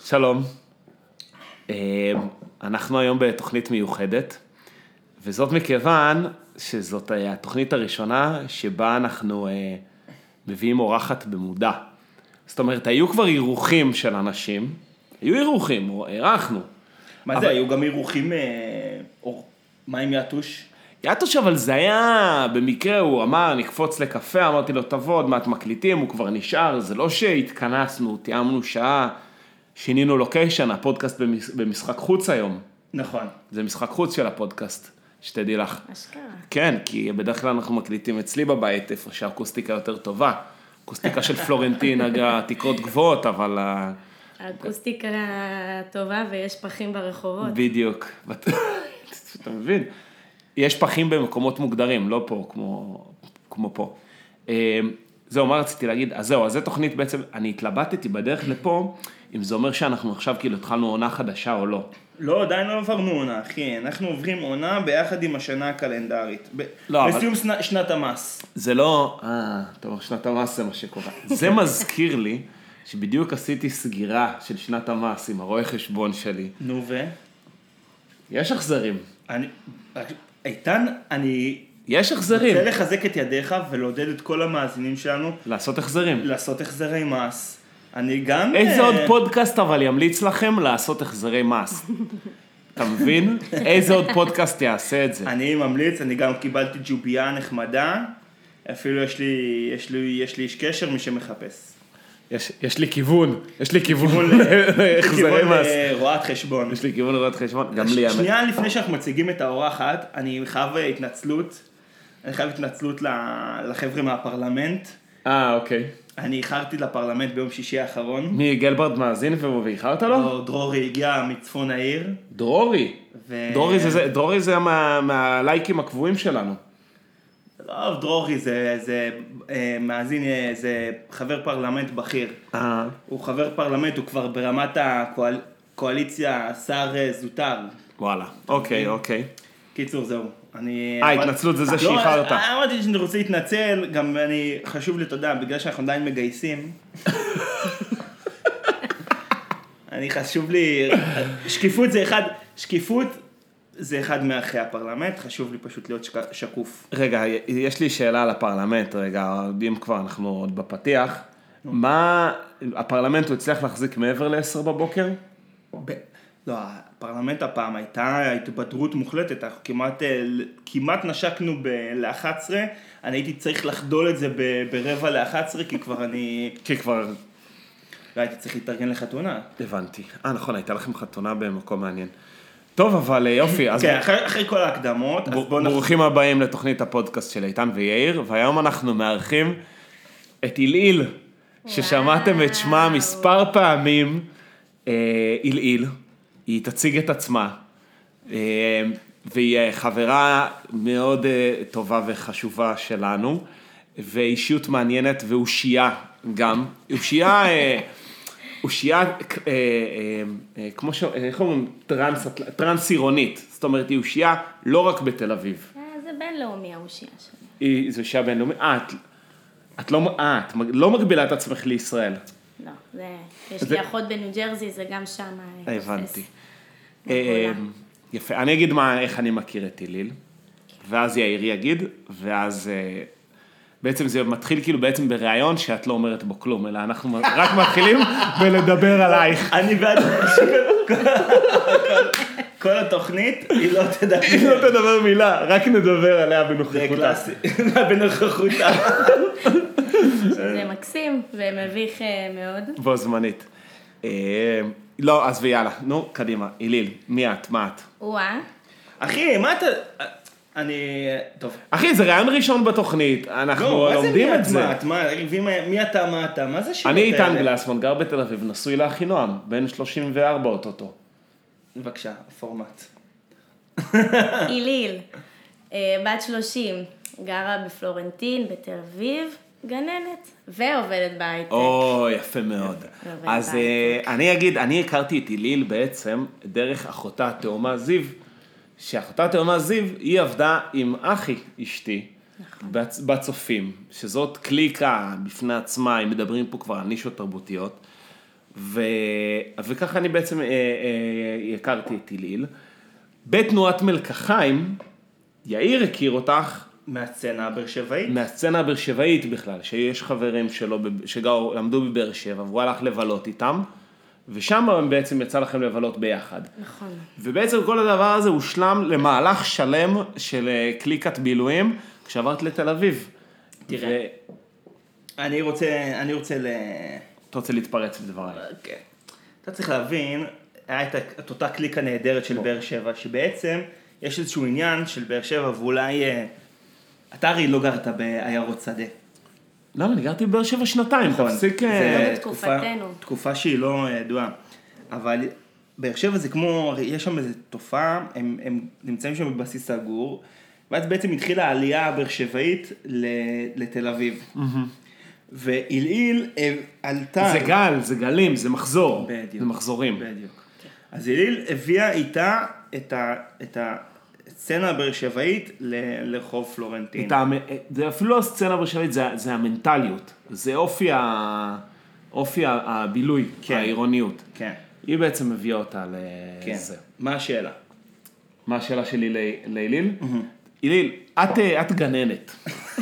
שלום. אנחנו היום בתוכנית מיוחדת, וזאת מכיוון שזאת התוכנית הראשונה שבה אנחנו מביאים אורחת במודע. זאת אומרת, היו כבר אירוחים של אנשים, היו אירוחים, אירחנו. מה זה, היו גם אירוחים, מה עם יתוש? יתוש, אבל זה היה, במקרה הוא אמר, נקפוץ לקפה, אמרתי לו, תבוא, עוד מעט מקליטים, הוא כבר נשאר, זה לא שהתכנסנו, תיאמנו שעה, שינינו לוקיישן, הפודקאסט במשחק חוץ היום. נכון. זה משחק חוץ של הפודקאסט, שתדעי לך. אשכרה. כן, כי בדרך כלל אנחנו מקליטים אצלי בבית, איפה שהאקוסטיקה יותר טובה. אקוסטיקה של פלורנטין, תקרות גבוהות, אבל... האקוסטיקה טובה ויש פחים ברחובות. בדיוק. אתה מבין? יש פחים במקומות מוגדרים, לא פה, כמו פה. זהו, מה רציתי להגיד? אז זהו, אז זו תוכנית בעצם, אני התלבטתי בדרך לפה, אם זה אומר שאנחנו עכשיו כאילו התחלנו עונה חדשה או לא. לא, עדיין לא עברנו עונה, אחי. אנחנו עוברים עונה ביחד עם השנה הקלנדרית. לא, בסיום שנת המס. זה לא... טוב, שנת המס זה מה שקורה. זה מזכיר לי שבדיוק עשיתי סגירה של שנת המס עם הרואה חשבון שלי. נו ו? יש החזרים. איתן, אני... יש החזרים. רוצה לחזק את ידיך ולעודד את כל המאזינים שלנו. לעשות החזרים. לעשות החזרי מס. אני גם... איזה עוד פודקאסט אבל ימליץ לכם לעשות החזרי מס? אתה מבין? איזה עוד פודקאסט יעשה את זה? אני ממליץ, אני גם קיבלתי ג'ובייה נחמדה. אפילו יש לי איש קשר מי שמחפש. יש לי כיוון להחזרי מס. רואת חשבון. יש לי כיוון רואת חשבון, גם לי. שנייה לפני שאנחנו מציגים את האורחת, אני חייב התנצלות לחבר'ה מהפרלמנט. אוקיי. אני איחרתי לפרלמנט ביום שישי האחרון. מי, גלברד מאזין ואיחרת לו? לא, דרורי הגיע מצפון העיר. דרורי? דרורי זה מהלייקים הקבועים שלנו. לא, דרורי זה מאזין, זה חבר פרלמנט בכיר. הוא חבר פרלמנט, הוא כבר ברמת הקואליציה, שר זוטר. וואלה, אוקיי. קיצור, זהו. התנצלות זה שאיחרת. אמרתי שאני רוצה להתנצל, גם חשוב לי תודה, בגלל שאנחנו עדיין מגייסים. חשוב לי, שקיפות זה אחד מערכי הפרלמנט, חשוב לי פשוט להיות שקוף. רגע, יש לי שאלה על הפרלמנט, רגע, אם כבר אנחנו עוד בפתיח, מה, הפרלמנט הוא הצליח להחזיק מעבר ל-10 בבוקר? לא, הפרלמנט הפעם הייתה התבדרות מוחלטת, אנחנו כמעט נשקנו ל-11, אני הייתי צריך לחדול את זה ברבע ל-11, כי כבר לא הייתי צריך להתארגן לחתונה. הבנתי. נכון, הייתה לכם חתונה במקום מעניין. טוב, אבל יופי. כן, אחרי כל ההקדמות. ברוכים הבאים לתוכנית הפודקאסט של איתן ויאיר, והיום אנחנו מארחים את איליל, ששמעתם את שמה מספר פעמים, איליל. היא תציג את עצמה, והיא חברה מאוד טובה וחשובה שלנו, ואישיות מעניינת ואושייה גם. אושייה, כמו איך אומרים, טרנס-עירונית. זאת אומרת, היא אושייה לא רק בתל אביב. זה בינלאומי, האושייה שלי. זה אושייה בינלאומי. את לא מגבילה את עצמך לישראל. לא, יש לי אחות בניו ג'רזי, זה גם שם. הבנתי. יפה, אני אגיד איך אני מכיר את איליל, ואז יאיר יגיד, ואז בעצם זה מתחיל כאילו בעצם בראיון שאת לא אומרת בו כלום, אלא אנחנו רק מתחילים בלדבר עלייך. אני בעד כל התוכנית, היא לא תדבר מילה, רק נדבר עליה בנוכחותה. זה קלאסי, בנוכחותה. זה מקסים ומביך מאוד. בו זמנית. לא, אז ויאללה, נו, קדימה, איליל, מי את, מה את? אחי, מה אתה... טוב. אחי, זה רעיון ראשון בתוכנית, אנחנו לומדים את זה. מי אתה, מה אתה, מה זה שאלות אני האלה? איתן גלסמן, גר בתל אביב, נשוי לאחינועם, בן 34 אוטוטו. בבקשה, הפורמט. איליל, בת 30, גרה בפלורנטין, בתל אביב, גננת, ועובדת בהייטק. יפה מאוד. אז אני אגיד, אני הכרתי את איליל בעצם דרך אחותה תאומה זיו, שאחותה תאומה זיו, היא עבדה עם אחי אשתי, בצופים, שזאת קליקה בפני עצמה, אם מדברים פה כבר על נישות תרבותיות, וככה אני בעצם הכרתי את היליל. בתנועת מלקחיים, יאיר הכיר אותך. מהסצנה הבאר שבעית? מהסצנה הבאר שבעית בכלל, שיש חברים שלו שלמדו בבאר שבע, והוא הלך לבלות איתם, ושם הם בעצם יצא לכם לבלות ביחד. נכון. ובעצם כל הדבר הזה הושלם למהלך שלם של קליקת בילויים, כשעברת לתל אביב. תראה, אני רוצה אתה רוצה להתפרץ לדבריי. כן. אתה צריך להבין, היה את אותה קליקה נהדרת של באר שבע, שבעצם יש איזשהו עניין של באר שבע, ואולי, אתה הרי לא גרת בעיירות שדה. למה? אני גרתי בבאר שבע שנתיים, תפסיק... זה בתקופתנו. תקופה שהיא לא ידועה, אבל באר שבע זה כמו, יש שם איזו תופעה, הם נמצאים שם בבסיס סגור, ואז בעצם התחילה העלייה הבאר שבעית לתל אביב. והיליל עלתה... זה גל, זה גלים, זה מחזור. בדיוק. זה מחזורים. בדיוק. אז היליל הביאה איתה את הסצנה הבאר שבעית לרחוב פלורנטין. זה אפילו לא הסצנה הבאר שבעית, זה המנטליות. זה אופי הבילוי, העירוניות. כן. היא בעצם הביאה אותה לזה. מה השאלה? מה השאלה שלי להיליל? היליל, את גננת.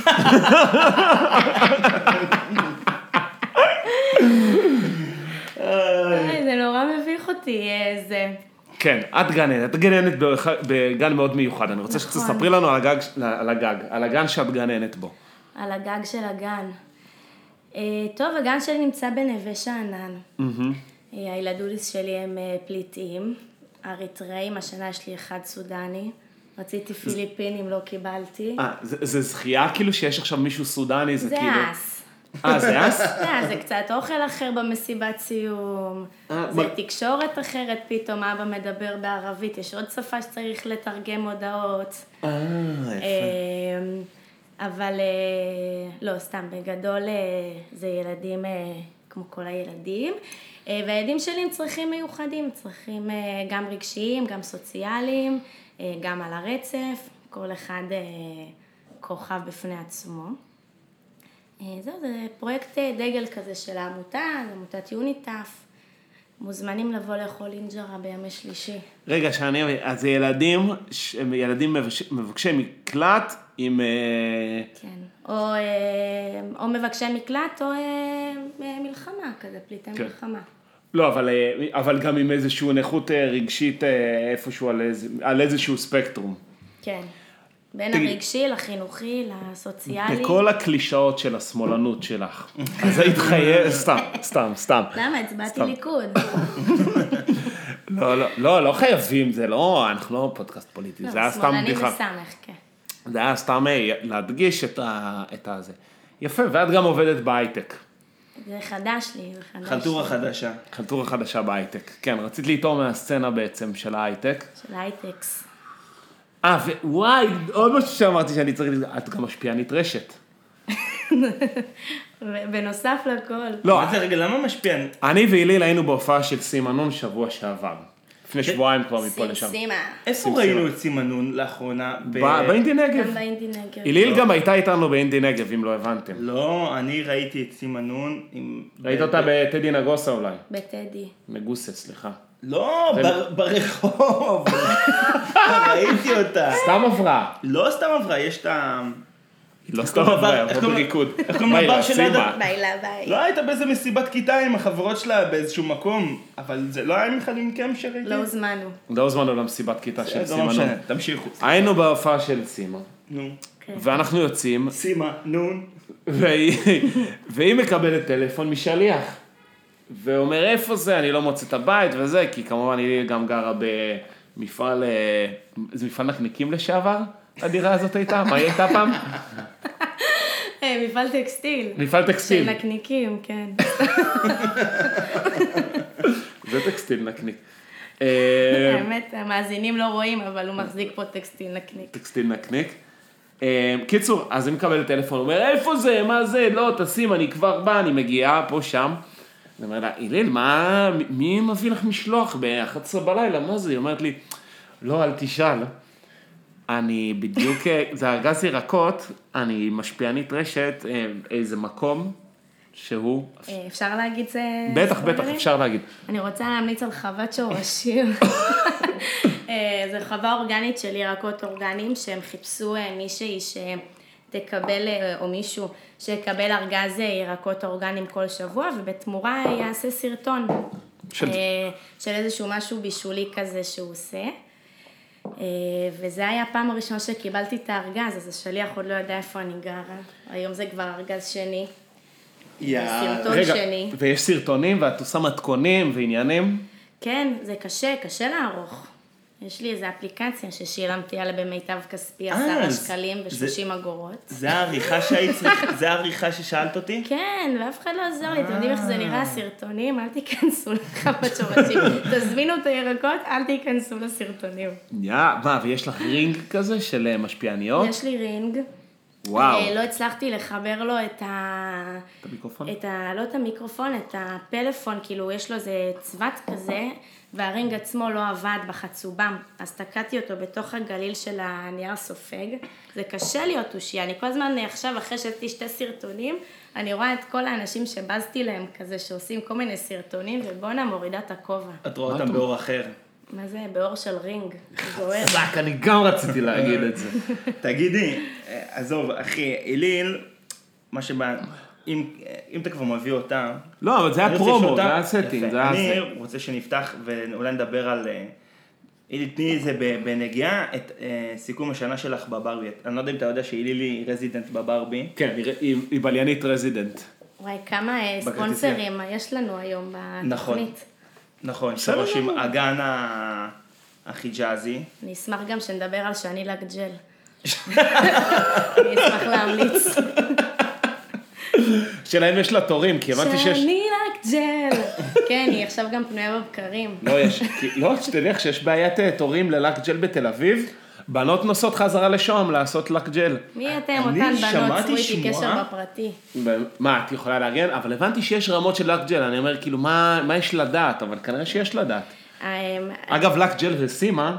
זה נורא מביך אותי, זה... כן, את גננת בגן מאוד מיוחד. אני רוצה שתספרי לנו על הגן שאת גננת בו. על הגג של הגן. טוב, הגן שלי נמצא בנווה שאנן. הילדוליס שלי הם פליטים, אריתראים, השנה יש לי אחד סודני. רציתי פיליפינים, לא קיבלתי. זה זכייה כאילו שיש עכשיו מישהו סודני, זה כאילו... זה אס. זה אס? זה קצת אוכל אחר במסיבת סיום, זה תקשורת אחרת, פתאום אבא מדבר בערבית, יש עוד שפה שצריך לתרגם הודעות. יפה. אבל לא, סתם, בגדול זה ילדים כמו כל הילדים, והילדים שלי הם צרכים מיוחדים, צרכים גם רגשיים, גם סוציאליים, גם על הרצף, כל אחד כוכב בפני עצמו. זהו, זה פרויקט דגל כזה של העמותה, זה עמותת יוניטאף, מוזמנים לבוא לאכול אינג'רה בימי שלישי. רגע, אז ילדים מבקשי מקלט עם... כן, או מבקשי מקלט או מלחמה, כזה פליטי מלחמה. לא, אבל גם עם איזושהי נכות רגשית איפשהו על איזשהו ספקטרום. כן. בין הרגשי לחינוכי, לסוציאלי. בכל הקלישאות של השמאלנות שלך. אז היית חייב, סתם. למה? הצבעתי ליכוד. לא חייבים, זה לא, אנחנו לא פודקאסט פוליטי, זה היה סתם בדיחה. שמאלני מסמך, כן. זה היה סתם להדגיש את הזה. יפה, ואת גם עובדת בהייטק. זה חדש לי, זה חדש. חלטורה חדשה. חלטורה חדשה בהייטק. כן, רצית לטעום מהסצנה בעצם של ההייטק. של הייטקס. וואי, עוד משהו שאמרתי שאני צריך, את גם משפיענית רשת. בנוסף לכל. לא, רגע, למה משפיען? אני והיליל היינו בהופעה של סימנון שבוע שעבר. לפני שבועיים כבר מפה לשם. סימה. איפה ראינו את סימנון לאחרונה? באינדי נגב. גם באינדי נגב. היליל גם הייתה איתנו באינדי נגב, אם לא הבנתם. לא, אני ראיתי את סימנון עם... ראית אותה בטדי נגוסה אולי. בטדי. נגוסה, סליחה. לא, ברחוב. ראיתי אותה. סתם עברה. לא סתם עברה, יש את ה... לא סתם עברה, עברה בריקוד. איך קוראים לבר של לידה? ביי. לא הייתה באיזה מסיבת כיתה עם החברות שלה באיזשהו מקום, אבל זה לא היה בכלל מכם שראיתי. לא הוזמנו. לא הוזמנו למסיבת כיתה של זה לא סימנון. משנה, תמשיכו. היינו בהופעה של סימה. נו. ואנחנו יוצאים. סימה, נון. והיא מקבלת טלפון משליח. ואומר, איפה זה? אני לא מוצא את הבית וזה, כי כמובן היא גם גרה במפעל, זה מפעל נקניקים לשעבר? הדירה הזאת הייתה? מה היא הייתה פעם? מפעל טקסטיל. מפעל טקסטיל. של נקניקים, כן. זה טקסטיל נקניק. האמת, המאזינים לא רואים, אבל הוא מחזיק פה טקסטיל נקניק. טקסטיל נקניק. קיצור, אז היא מקבלת טלפון, הוא אומר, איפה זה? מה זה? לא, תשים, אני כבר בא, אני מגיעה פה, שם. אני אומר לה, היליל, מי מביא לך משלוח ב-11 בלילה? מה זה? היא אומרת לי, לא, אל תשאל. אני בדיוק, זה ארגז ירקות, אני משפיענית רשת, איזה מקום, שהוא... אפשר להגיד זה... בטח, אפשר להגיד. אני רוצה להמליץ על חוות שורשים. זו חווה אורגנית של ירקות אורגניים, שהם חיפשו מישהי שתקבל, או מישהו שיקבל ארגז ירקות אורגניים כל שבוע, ובתמורה יעשה סרטון של איזשהו משהו בישולי כזה שהוא עושה. וזה היה הפעם הראשונה שקיבלתי את הארגז, אז השליח עוד לא יודע איפה אני גרה. היום זה כבר ארגז שני. סרטון שני. ויש סרטונים ואת עושה מתכונים ועניינים? כן, זה קשה לערוך. יש לי איזו אפליקציה ששילמתי עליה במיטב כספי 10 שקלים ו30 אגורות. זה העריכה ששאלת אותי? כן, ואף אחד לא עזר לי. אתם יודעים איך זה נראה, הסרטונים? אל תיכנסו לחוות שורשים. תזמינו את הירקות, אל תיכנסו לסרטונים. מה, ויש לך רינג כזה של משפיעניות? יש לי רינג. וואו. לא הצלחתי לחבר לו את המיקרופון? לא את המיקרופון, את הפלאפון, כאילו יש לו איזה צוות כזה, והרינג עצמו לא עבד בחצובם, אז תקעתי אותו בתוך הגליל של הנייר סופג. זה קשה להיות אושי, אני כל הזמן עכשיו אחרי שעשיתי 2 סרטונים, אני רואה את כל האנשים שבזתי להם כזה, שעושים כל מיני סרטונים, ובונה מורידה את הכובע. את רואה אותם באור אחר. מה זה? באור של רינג. זוהר. סק, אני גם רציתי להגיד את זה. תגידי, עזוב, אחי, איליל, מה שבא, אם אתה כבר מביא אותה... לא, אבל זה היה פרומו, זה היה סטינג. אני רוצה שנפתח ואולי נדבר על... תני את זה בנגיעה, את סיכום השנה שלך בברבי. אני לא יודע אם אתה יודע שאיליל היא רזידנט בברבי. כן, היא בליינית רזידנט. וואי, כמה ספונסרים יש לנו היום בתוכנית. נכון, שלוש עם אגן החיג'אזי. אני אשמח גם שנדבר על שאני לק ג'ל. אני אשמח להמליץ. שלהם יש לה תורים, כי הבנתי שיש... שאני לק ג'ל. כן, היא עכשיו גם פנויה בבקרים. לא, שתדעי שיש בעיית תורים ללק ג'ל בתל אביב, בנות נוסעות חזרה לשוהם לעשות לק ג'ל. מי אתם אותן בנות? צרו איתי קשר בפרטי. מה, את יכולה להגן? אבל הבנתי שיש רמות של לק ג'ל, אני אומר כאילו, מה יש לדעת? אבל כנראה שיש לדעת. אגב, לק ג'ל וסימה...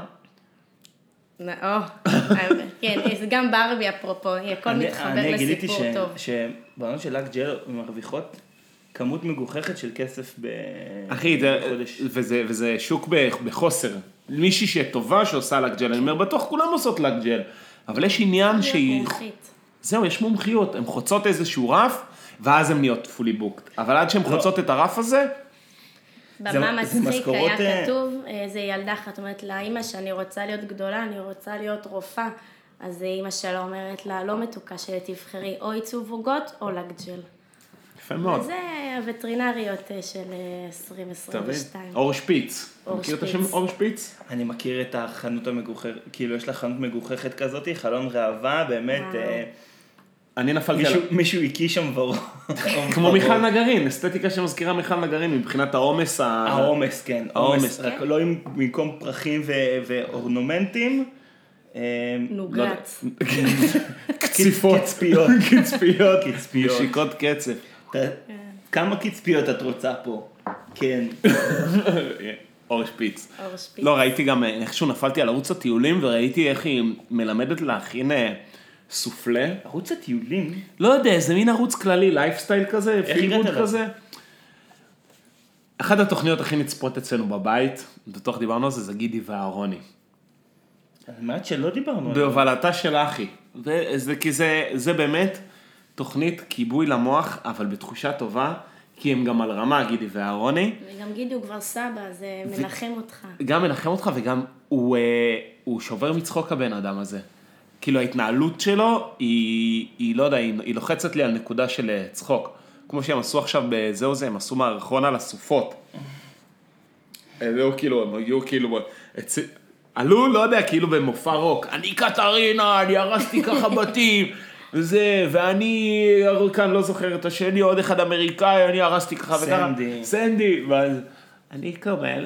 כן, זה גם ברבי אפרופו, הכל מתחבר לסיפור טוב. אני גיליתי שבנות של לק ג'ל מרוויחות כמות מגוחכת של כסף בחודש. וזה שוק בחוסר. מישהי שטובה שעושה לק ג'ל, אני אומר, בטוח כולם עושות לק ג'ל. אבל יש עניין שהיא... זהו, יש מומחיות. הן חוצות איזשהו רף, ואז הן נהיות פולי בוקט. אבל עד שהן חוצות את הרף הזה... במה מצחיק היה כתוב, זה ילדה אחת, אומרת לה, אמא שאני רוצה להיות גדולה, אני רוצה להיות רופאה. אז אמא שלה אומרת לה, לא מתוקה שתבחרי או עיצוב עוגות או לק ג'ל. יפה מאוד. זה הווטרינריות של 2022. אור שפיץ. מכיר את השם אור שפיץ? אני מכיר את החנות המגוחכת, כאילו יש לה חנות מגוחכת כזאת, חלון ראווה, באמת... אני נפלתי על... מישהו הקיש שם ורוד. כמו מיכל נגרין, אסתטיקה שמזכירה מיכל נגרין, מבחינת העומס העומס, כן. העומס, רק לא במקום פרחים ואורנומנטים. נוגת. קציפות. קצפיות. משיקות קצף. כמה קצפיות את רוצה פה? כן. אור שפיץ. לא, ראיתי גם, איכשהו נפלתי על ערוץ הטיולים, וראיתי איך היא מלמדת להכין... סופלה. ערוץ הטיולים? לא יודע, זה מין ערוץ כללי, לייפסטייל כזה, פילגוד כזה. אחת התוכניות הכי נצפות אצלנו בבית, בטוח דיברנו על זה, זה גידי ואהרוני. אני אומרת שלא דיברנו על זה. בהובלתה של אחי. כי זה באמת תוכנית כיבוי למוח, אבל בתחושה טובה, כי הם גם על רמה, גידי ואהרוני. וגם גידי הוא כבר סבא, זה מנחם אותך. גם מנחם אותך, וגם הוא שובר מצחוק הבן אדם הזה. כאילו ההתנהלות שלו, היא לא יודע, היא לוחצת לי על נקודה של צחוק. כמו שהם עשו עכשיו בזהו זה, הם עשו מערכון על הסופות. הם היו כאילו, עלו, לא יודע, כאילו במופע רוק. אני קטרינה, אני הרסתי ככה בתים, וזה, ואני, כאן לא זוכר את השני, עוד אחד אמריקאי, אני הרסתי ככה וככה. סנדי. ואז, אני קרמל.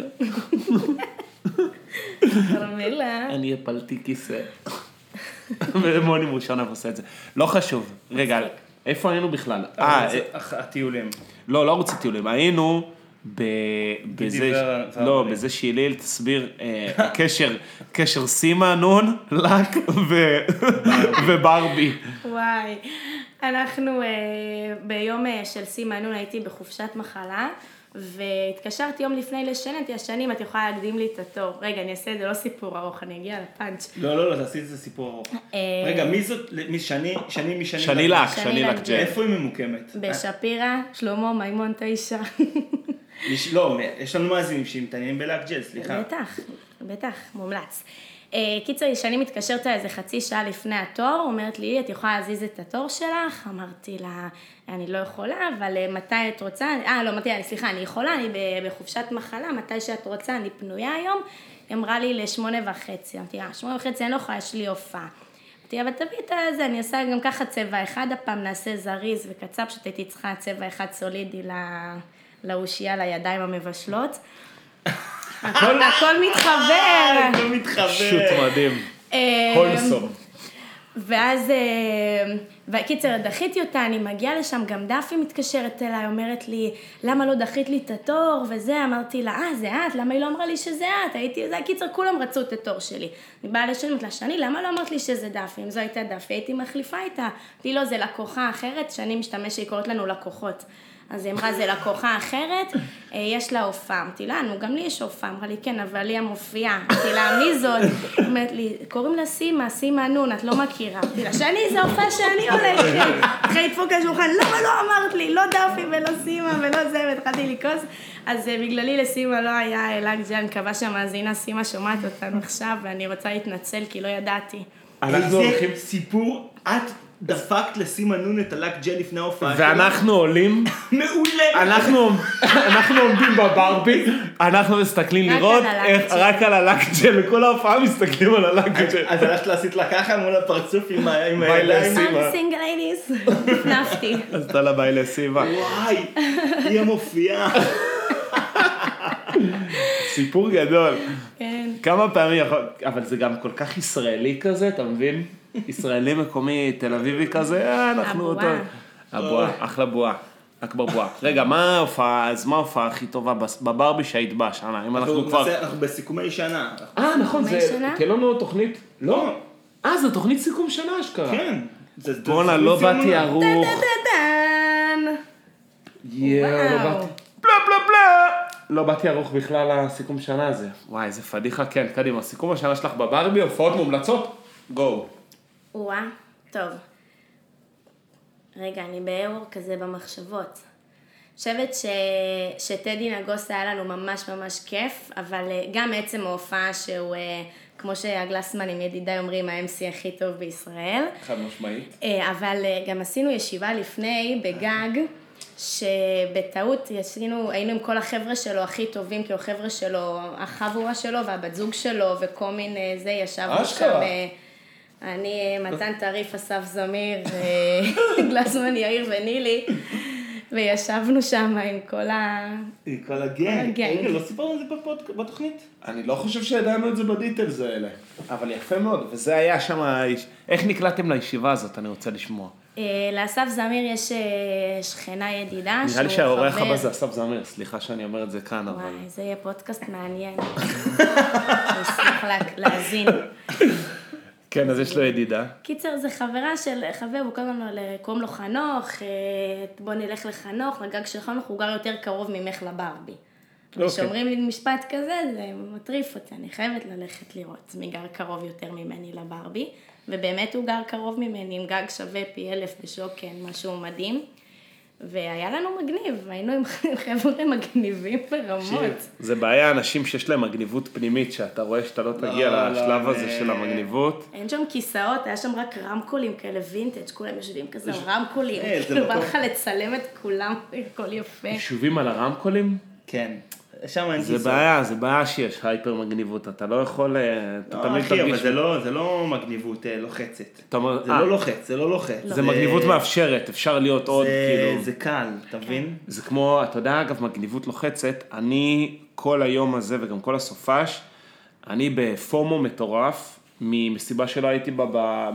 קרמלה. אני הפלתי כיסא. ומוני מושונב עושה את זה. לא חשוב. רגע, איפה היינו בכלל? הטיולים. לא ערוץ הטיולים. היינו בזה שאיליל תסביר קשר סימה, נון, לק וברבי. וואי. אנחנו ביום של סימנון הייתי בחופשת מחלה, והתקשרתי יום לפני לשנת, ישנים, את יכולה להקדים לי את התור. רגע, אני אעשה את זה, לא סיפור ארוך, אני אגיע לפאנץ'. לא, תעשי את זה סיפור ארוך. רגע, מי זאת? שני לק ג'ל. איפה היא ממוקמת? בשפירא, שלמה, מימון 9. לא, יש לנו מאזינים שמתעניינים בלק ג'ל, סליחה. בטח, מומלץ. קיצר, שאני מתקשרת איזה חצי שעה לפני התור, אומרת לי, את יכולה להזיז את התור שלך? אמרתי לה, אני לא יכולה, אבל מתי את רוצה? סליחה, אני יכולה, אני בחופשת מחלה, מתי שאת רוצה, אני פנויה היום. היא אמרה לי 8:30, אמרתי לה, 8:30 אני לא יכולה, יש לי הופעה. אמרתי לה, אבל תביא את זה, אני עושה גם ככה צבע אחד, הפעם נעשה זריז וקצב, פשוט הייתי צריכה צבע אחד סולידי לאושייה, לידיים המבשלות. הכל מתחבר. פשוט מדהים. הולסום. ואז, בקיצר, דחיתי אותה, אני מגיעה לשם, גם דפי מתקשרת אליי, אומרת לי, למה לא דחית לי את התור וזה, אמרתי לה, זה את, למה היא לא אמרה לי שזה את, קיצר, כולם רצו את התור שלי. אני באה לשאול לה, שני, למה לא אמרת לי שזה דפי, אם זו הייתה דפי, הייתי מחליפה איתה, אמרתי לו, זה לקוחה אחרת, שאני משתמש שהיא קוראת לנו לקוחות. אז היא אמרה, זה לקוחה אחרת, יש לה הופעה. אמרתי לה, גם לי יש הופעה. אמרה לי, כן, אבל היא המופיעה. אמרתי לה, מי זאת? אומרת לי, קוראים לה סימה נון, את לא מכירה. אמרתי לה, שאני, זה הופעה שאני הולכת. אחרי לדפוק על השולחן, למה לא אמרת לי? לא דפי ולא סימה ולא זה, והתחלתי לקוס. אז בגללי לסימה לא היה לק ג'ל, אני מקווה שהמאזינה סימה שומעת אותנו עכשיו, ואני רוצה להתנצל כי לא ידעתי. איזה סיפור, את דפקת לסימנון את הלק ג'ל לפני ההופעה. ואנחנו עולים. מעולה. אנחנו עומדים בברבי, אנחנו מסתכלים לראות רק על הלק ג'ל, וכל ההופעה מסתכלים על הלק ג'ל. אז הלכת לעשית לה ככה מול הפרצוף עם הידיים. I'm single ladies. נפתי. אז תלה ביי לסימה. וואי, היא המופיעה. סיפור גדול. כן. כמה פעמים יכול, אבל זה גם כל כך ישראלי כזה, אתה מבין? ישראלי מקומי, תל אביבי כזה, אנחנו אותו. הבועה, אחלה בועה. אכבר בועה. רגע, מה ההופעה הכי טובה בברבי שהיית בה השנה? אנחנו בסיכומי שנה. נכון, זה, תהיה לנו תוכנית, לא? זה תוכנית סיכום שנה אשכרה. כן. בואנה, לא באתי ערוך. לא באתי ערוך בכלל לסיכום שנה הזה. וואי, איזה פדיחה, כן, קדימה. סיכום השנה שלך בברבי, הופעות מומלצות? גו. טוב. רגע, אני באירור כזה במחשבות. חושבת שטדי נגוס היה לנו ממש ממש כיף, אבל גם עצם ההופעה שהוא, כמו שהגלסמנים ידידיי אומרים, ה-MC הכי טוב בישראל. חד משמעית. אבל גם עשינו ישיבה לפני בגג, שבטעות היינו עם כל החבר'ה שלו הכי טובים, כי החבר'ה שלו, החבורה שלו והבת זוג שלו וכל מיני זה, ישבנו שם, אני מתן טריף, אסף זמיר, גלסמן יאיר ונילי, וישבנו שם עם כל הגנג. רגע, לא סיפרנו את זה בתוכנית? אני לא חושב שידענו את זה בדיטלס האלה, אבל יפה מאוד, וזה היה שם, איך נקלטתם לישיבה הזאת, אני רוצה לשמוע. לאסף זמיר יש שכנה ידידה, נראה לי שהאורח הבא זה אסף זמיר, סליחה שאני אומר את זה כאן, אבל... וואי, זה יהיה פודקאסט מעניין. אני אשמח להאזין. כן, אז יש לו ידידה. קיצר, זה חברה של חבר, הוא קוראים לו חנוך, בוא נלך לחנוך, לגג של חנוך, הוא גר יותר קרוב ממך לברבי. כשאומרים לי משפט כזה, זה מטריף אותי, אני חייבת ללכת לראות מי גר קרוב יותר ממני לברבי, ובאמת הוא גר קרוב ממני, עם גג שווה פי 1000 בשוקן, משהו מדהים, והיה לנו מגניב, היינו עם חבר'ה מגניבים ברמות. זה בעיה, אנשים שיש להם מגניבות פנימית, שאתה רואה שאתה לא תגיע לשלב הזה של המגניבות. אין שם כיסאות, היה שם רק רמקולים כאלה וינטג', כולם יושבים כזה רמקולים, כאילו בא לך לצלם את כולם, הכל יפה. ישובים על הרמקולים? כן. שם אין כיסאות. זה בעיה שיש הייפר מגניבות, אתה לא יכול, אתה תמיד אחי, אבל זה לא מגניבות לוחצת. זה לא לוחץ. זה מגניבות מאפשרת, אפשר להיות עוד, כאילו. זה קל, אתה מבין? זה כמו, אתה יודע, אגב, מגניבות לוחצת, אני כל היום הזה וגם כל הסופש, אני בפומו מטורף, ממסיבה שלא הייתי בה,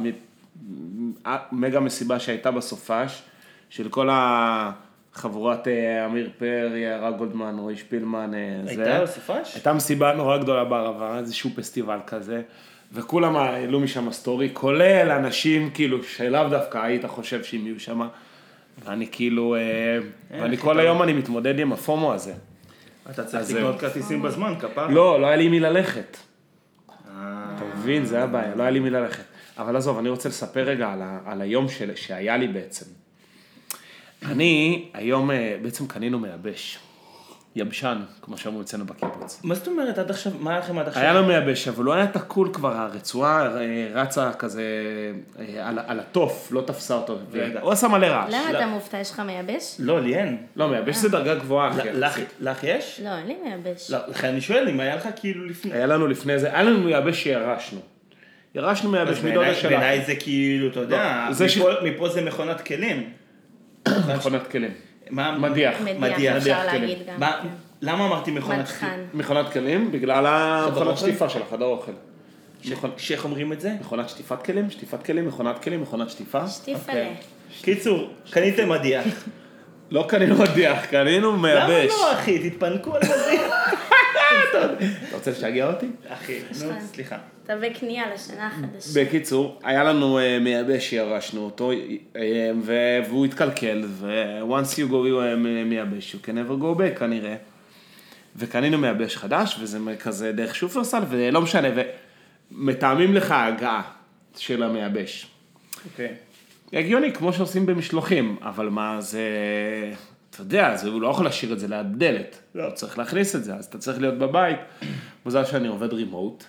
מגה מסיבה שהייתה בסופש, של כל חבורת אמיר פרי, יערה גולדמן, רועי שפילמן, הייתה בסופש? הייתה מסיבה נורא גדולה בערבה, איזשהו פסטיבל כזה, וכולם העלו משם סטורי, כולל אנשים כאילו שלאו דווקא היית חושב שהם יהיו שם, ואני כאילו, ואני כל היום אני מתמודד עם הפומו הזה. אתה צריך לקנות כרטיסים בזמן, כפרה. לא היה לי מי ללכת. אתה מבין, זה הבעיה, לא היה לי מי ללכת. אבל עזוב, אני רוצה לספר רגע על היום שהיה לי בעצם. אני היום בעצם קנינו מייבש. יבשן, כמו שאמרו אצלנו בקיבוץ. מה זאת אומרת עד עכשיו? מה היה לכם עד עכשיו? היה לו מייבש, אבל לא היה תקול כבר, הרצועה רצה כזה על התוף, לא תפסה אותו. הוא עשה מלא רעש. למה אתה מופתע, יש לך מייבש? לא, לי אין. לא, מייבש זה דרגה גבוהה. לך יש? לא, אין לי מייבש. לא, לכן אני שואל אם היה לך כאילו לפני. היה לנו לפני זה, היה לנו מייבש שירשנו. ירשנו מייבש מדודה שלה. בעיניי זה כאילו, אתה יודע, מפה זה מכונת כלים. מכונת כלים. מדיח. מדיח, אפשר להגיד גם. למה אמרתי מכונת כלים? מדחן. מכונת כלים, בגלל המכונת שטיפה של החדר אוכל. שאיך אומרים את זה? מכונת שטיפת כלים, שטיפת כלים, מכונת כלים, מכונת שטיפה. שטיפלה. קיצור, קניתם מדיח. לא קנינו מדיח, קנינו מייבש. למה לא, אחי? תתפנקו על מדיח. אתה רוצה לשגע אותי? אחי, נו, סליחה. תווי קנייה לשנה החדשה. בקיצור, היה לנו מייבש שירשנו אותו, והוא התקלקל, ו-once you go מייבש, you can never go back כנראה. וקנינו מייבש חדש, וזה כזה דרך שופרסל, ולא משנה, ומטעמים לך ההגעה של המייבש. אוקיי. הגיוני, כמו שעושים במשלוחים, אבל מה זה, אתה יודע, הוא לא יכול להשאיר את זה ליד דלת, לא צריך להכניס את זה, אז אתה צריך להיות בבית. מזל שאני עובד רימוט,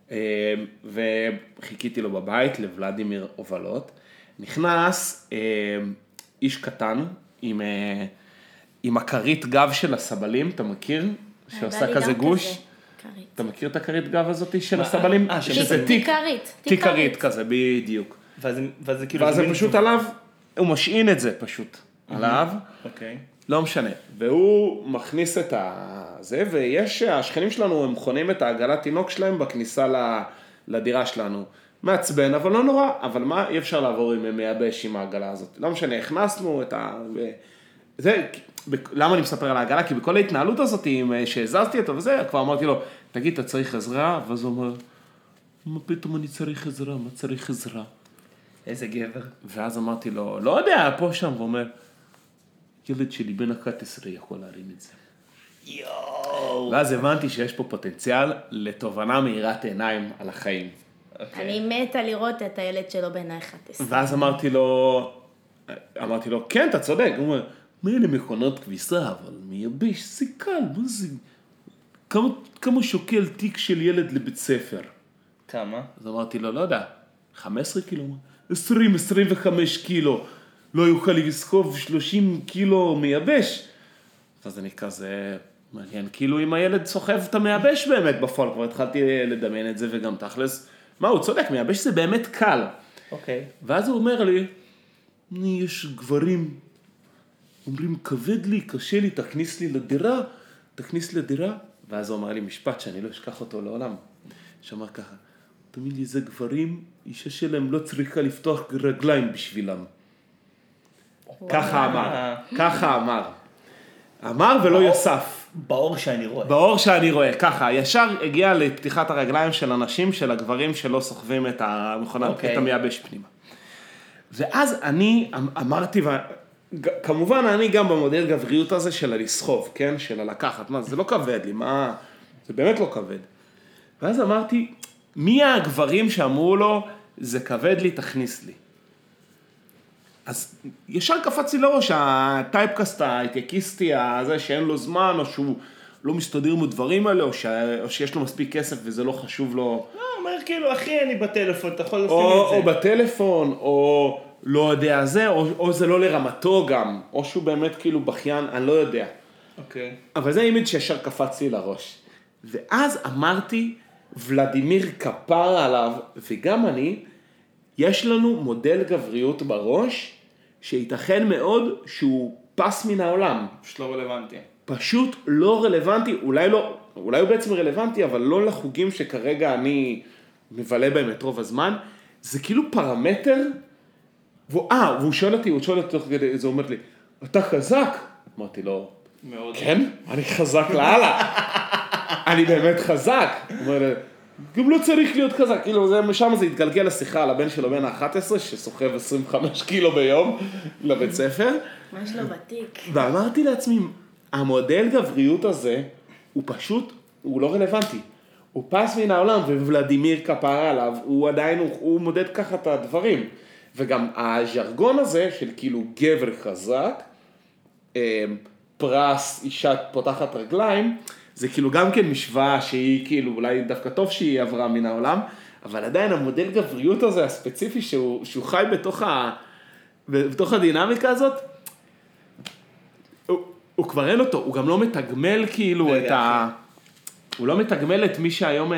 וחיכיתי לו בבית, לוולדימיר הובלות. נכנס איש קטן עם הכרית גב של הסבלים, אתה מכיר? שעושה כזה גוש. אתה מכיר את הכרית גב הזאת של הסבלים? שזה תיק כרית כזה, בדיוק. ואז כאילו... ואז זה פשוט עליו, הוא משעין את זה פשוט עליו. אוקיי. לא משנה. והוא מכניס את זה, ויש, השכנים שלנו, הם חונים את העגלת תינוק שלהם בכניסה לדירה שלנו. מעצבן, אבל לא נורא. אבל מה, אי אפשר לעבור עם מייבש עם העגלה הזאת. לא משנה, הכנסנו את זה, למה אני מספר על העגלה? כי בכל ההתנהלות הזאת, שהזזתי אותו וזה, כבר אמרתי לו, תגיד, אתה צריך עזרה? ואז הוא אומר, מה פתאום אני צריך עזרה? מה צריך עזרה? איזה גבר. ואז אמרתי לו, לא יודע, פה שם, והוא אומר, ילד שלי בן 11 יכול להרים את זה. יואו. ואז הבנתי שיש פה פוטנציאל לתובנה מהירת עיניים על החיים. אני מתה לראות את הילד שלו בן 11. ואז אמרתי לו, כן, אתה צודק. הוא אומר, מילא מכונת כביסה, אבל מייבש, זה קל, מה זה? כמה שוקל תיק של ילד לבית ספר? כמה? אז אמרתי לו, לא יודע, 15 קילו? 25 קילו. לא יוכל לסחוב 30 קילו מייבש. אז אני כזה מעניין, כאילו אם הילד סוחב את המייבש באמת בפועל, כבר התחלתי לדמיין את זה וגם תכלס, מה הוא צודק, מייבש זה באמת קל. אוקיי. ואז הוא אומר לי, יש גברים, אומרים כבד לי, קשה לי, תכניס לי לדירה, ואז הוא אמר לי משפט שאני לא אשכח אותו לעולם, שאמר ככה, תמיד לי זה גברים, אישה שלהם לא צריכה לפתוח רגליים בשבילם. ככה אמר ולא יוסף. באור שאני רואה. ככה, ישר הגיע לפתיחת הרגליים של אנשים, של הגברים שלא סוחבים את המכונת, את המייבש פנימה. ואז אני אמרתי, כמובן אני גם במודל גבריות הזה של הלסחוב, כן? של הלקחת, מה, זה לא כבד לי, מה, זה באמת לא כבד. ואז אמרתי, מי הגברים שאמרו לו, זה כבד לי, תכניס לי. אז ישר קפצתי לראש, הטייפקאסט, ההייטקיסטי הזה שאין לו זמן, או שהוא לא מסתדר עם הדברים האלה, או שיש לו מספיק כסף וזה לא חשוב לו. לא, אומר כאילו, אחי, אני בטלפון, אתה יכול לשים את זה. או בטלפון, או לא יודע זה, או זה לא לרמתו גם, או שהוא באמת כאילו בכיין, אני לא יודע. אוקיי. אבל זה אימיד שישר קפצתי לראש. ואז אמרתי, ולדימיר כפר עליו, וגם אני, יש לנו מודל גבריות בראש, שייתכן מאוד שהוא פס מן העולם. פשוט לא רלוונטי. פשוט לא רלוונטי, אולי הוא בעצם רלוונטי, אבל לא לחוגים שכרגע אני מבלה בהם את רוב הזמן. זה כאילו פרמטר, והוא שואל אותי, זה אומר לי, אתה חזק? אמרתי לו, מאוד. כן, אני חזק לאללה. אני באמת חזק. הוא אומר לי, גם לא צריך להיות כזה, כאילו משם זה התגלגל לשיחה על הבן שלו בן ה-11, שסוחב 25 קילו ביום לבית ספר. מה יש לו בתיק? ואמרתי לעצמי, המודל גבריות הזה, הוא פשוט, הוא לא רלוונטי. הוא פס מן העולם, וולדימיר כפרה עליו, הוא עדיין, הוא מודד ככה את הדברים. וגם הז'רגון הזה, של כאילו גבר חזק, פרס, אישה פותחת רגליים, זה כאילו גם כן משוואה שהיא כאילו, אולי דווקא טוב שהיא עברה מן העולם, אבל עדיין המודל גבריות הזה, הספציפי, שהוא חי בתוך הדינמיקה הזאת, הוא כבר אין אותו, הוא גם לא מתגמל כאילו את ה... הוא לא מתגמל את מי שהיום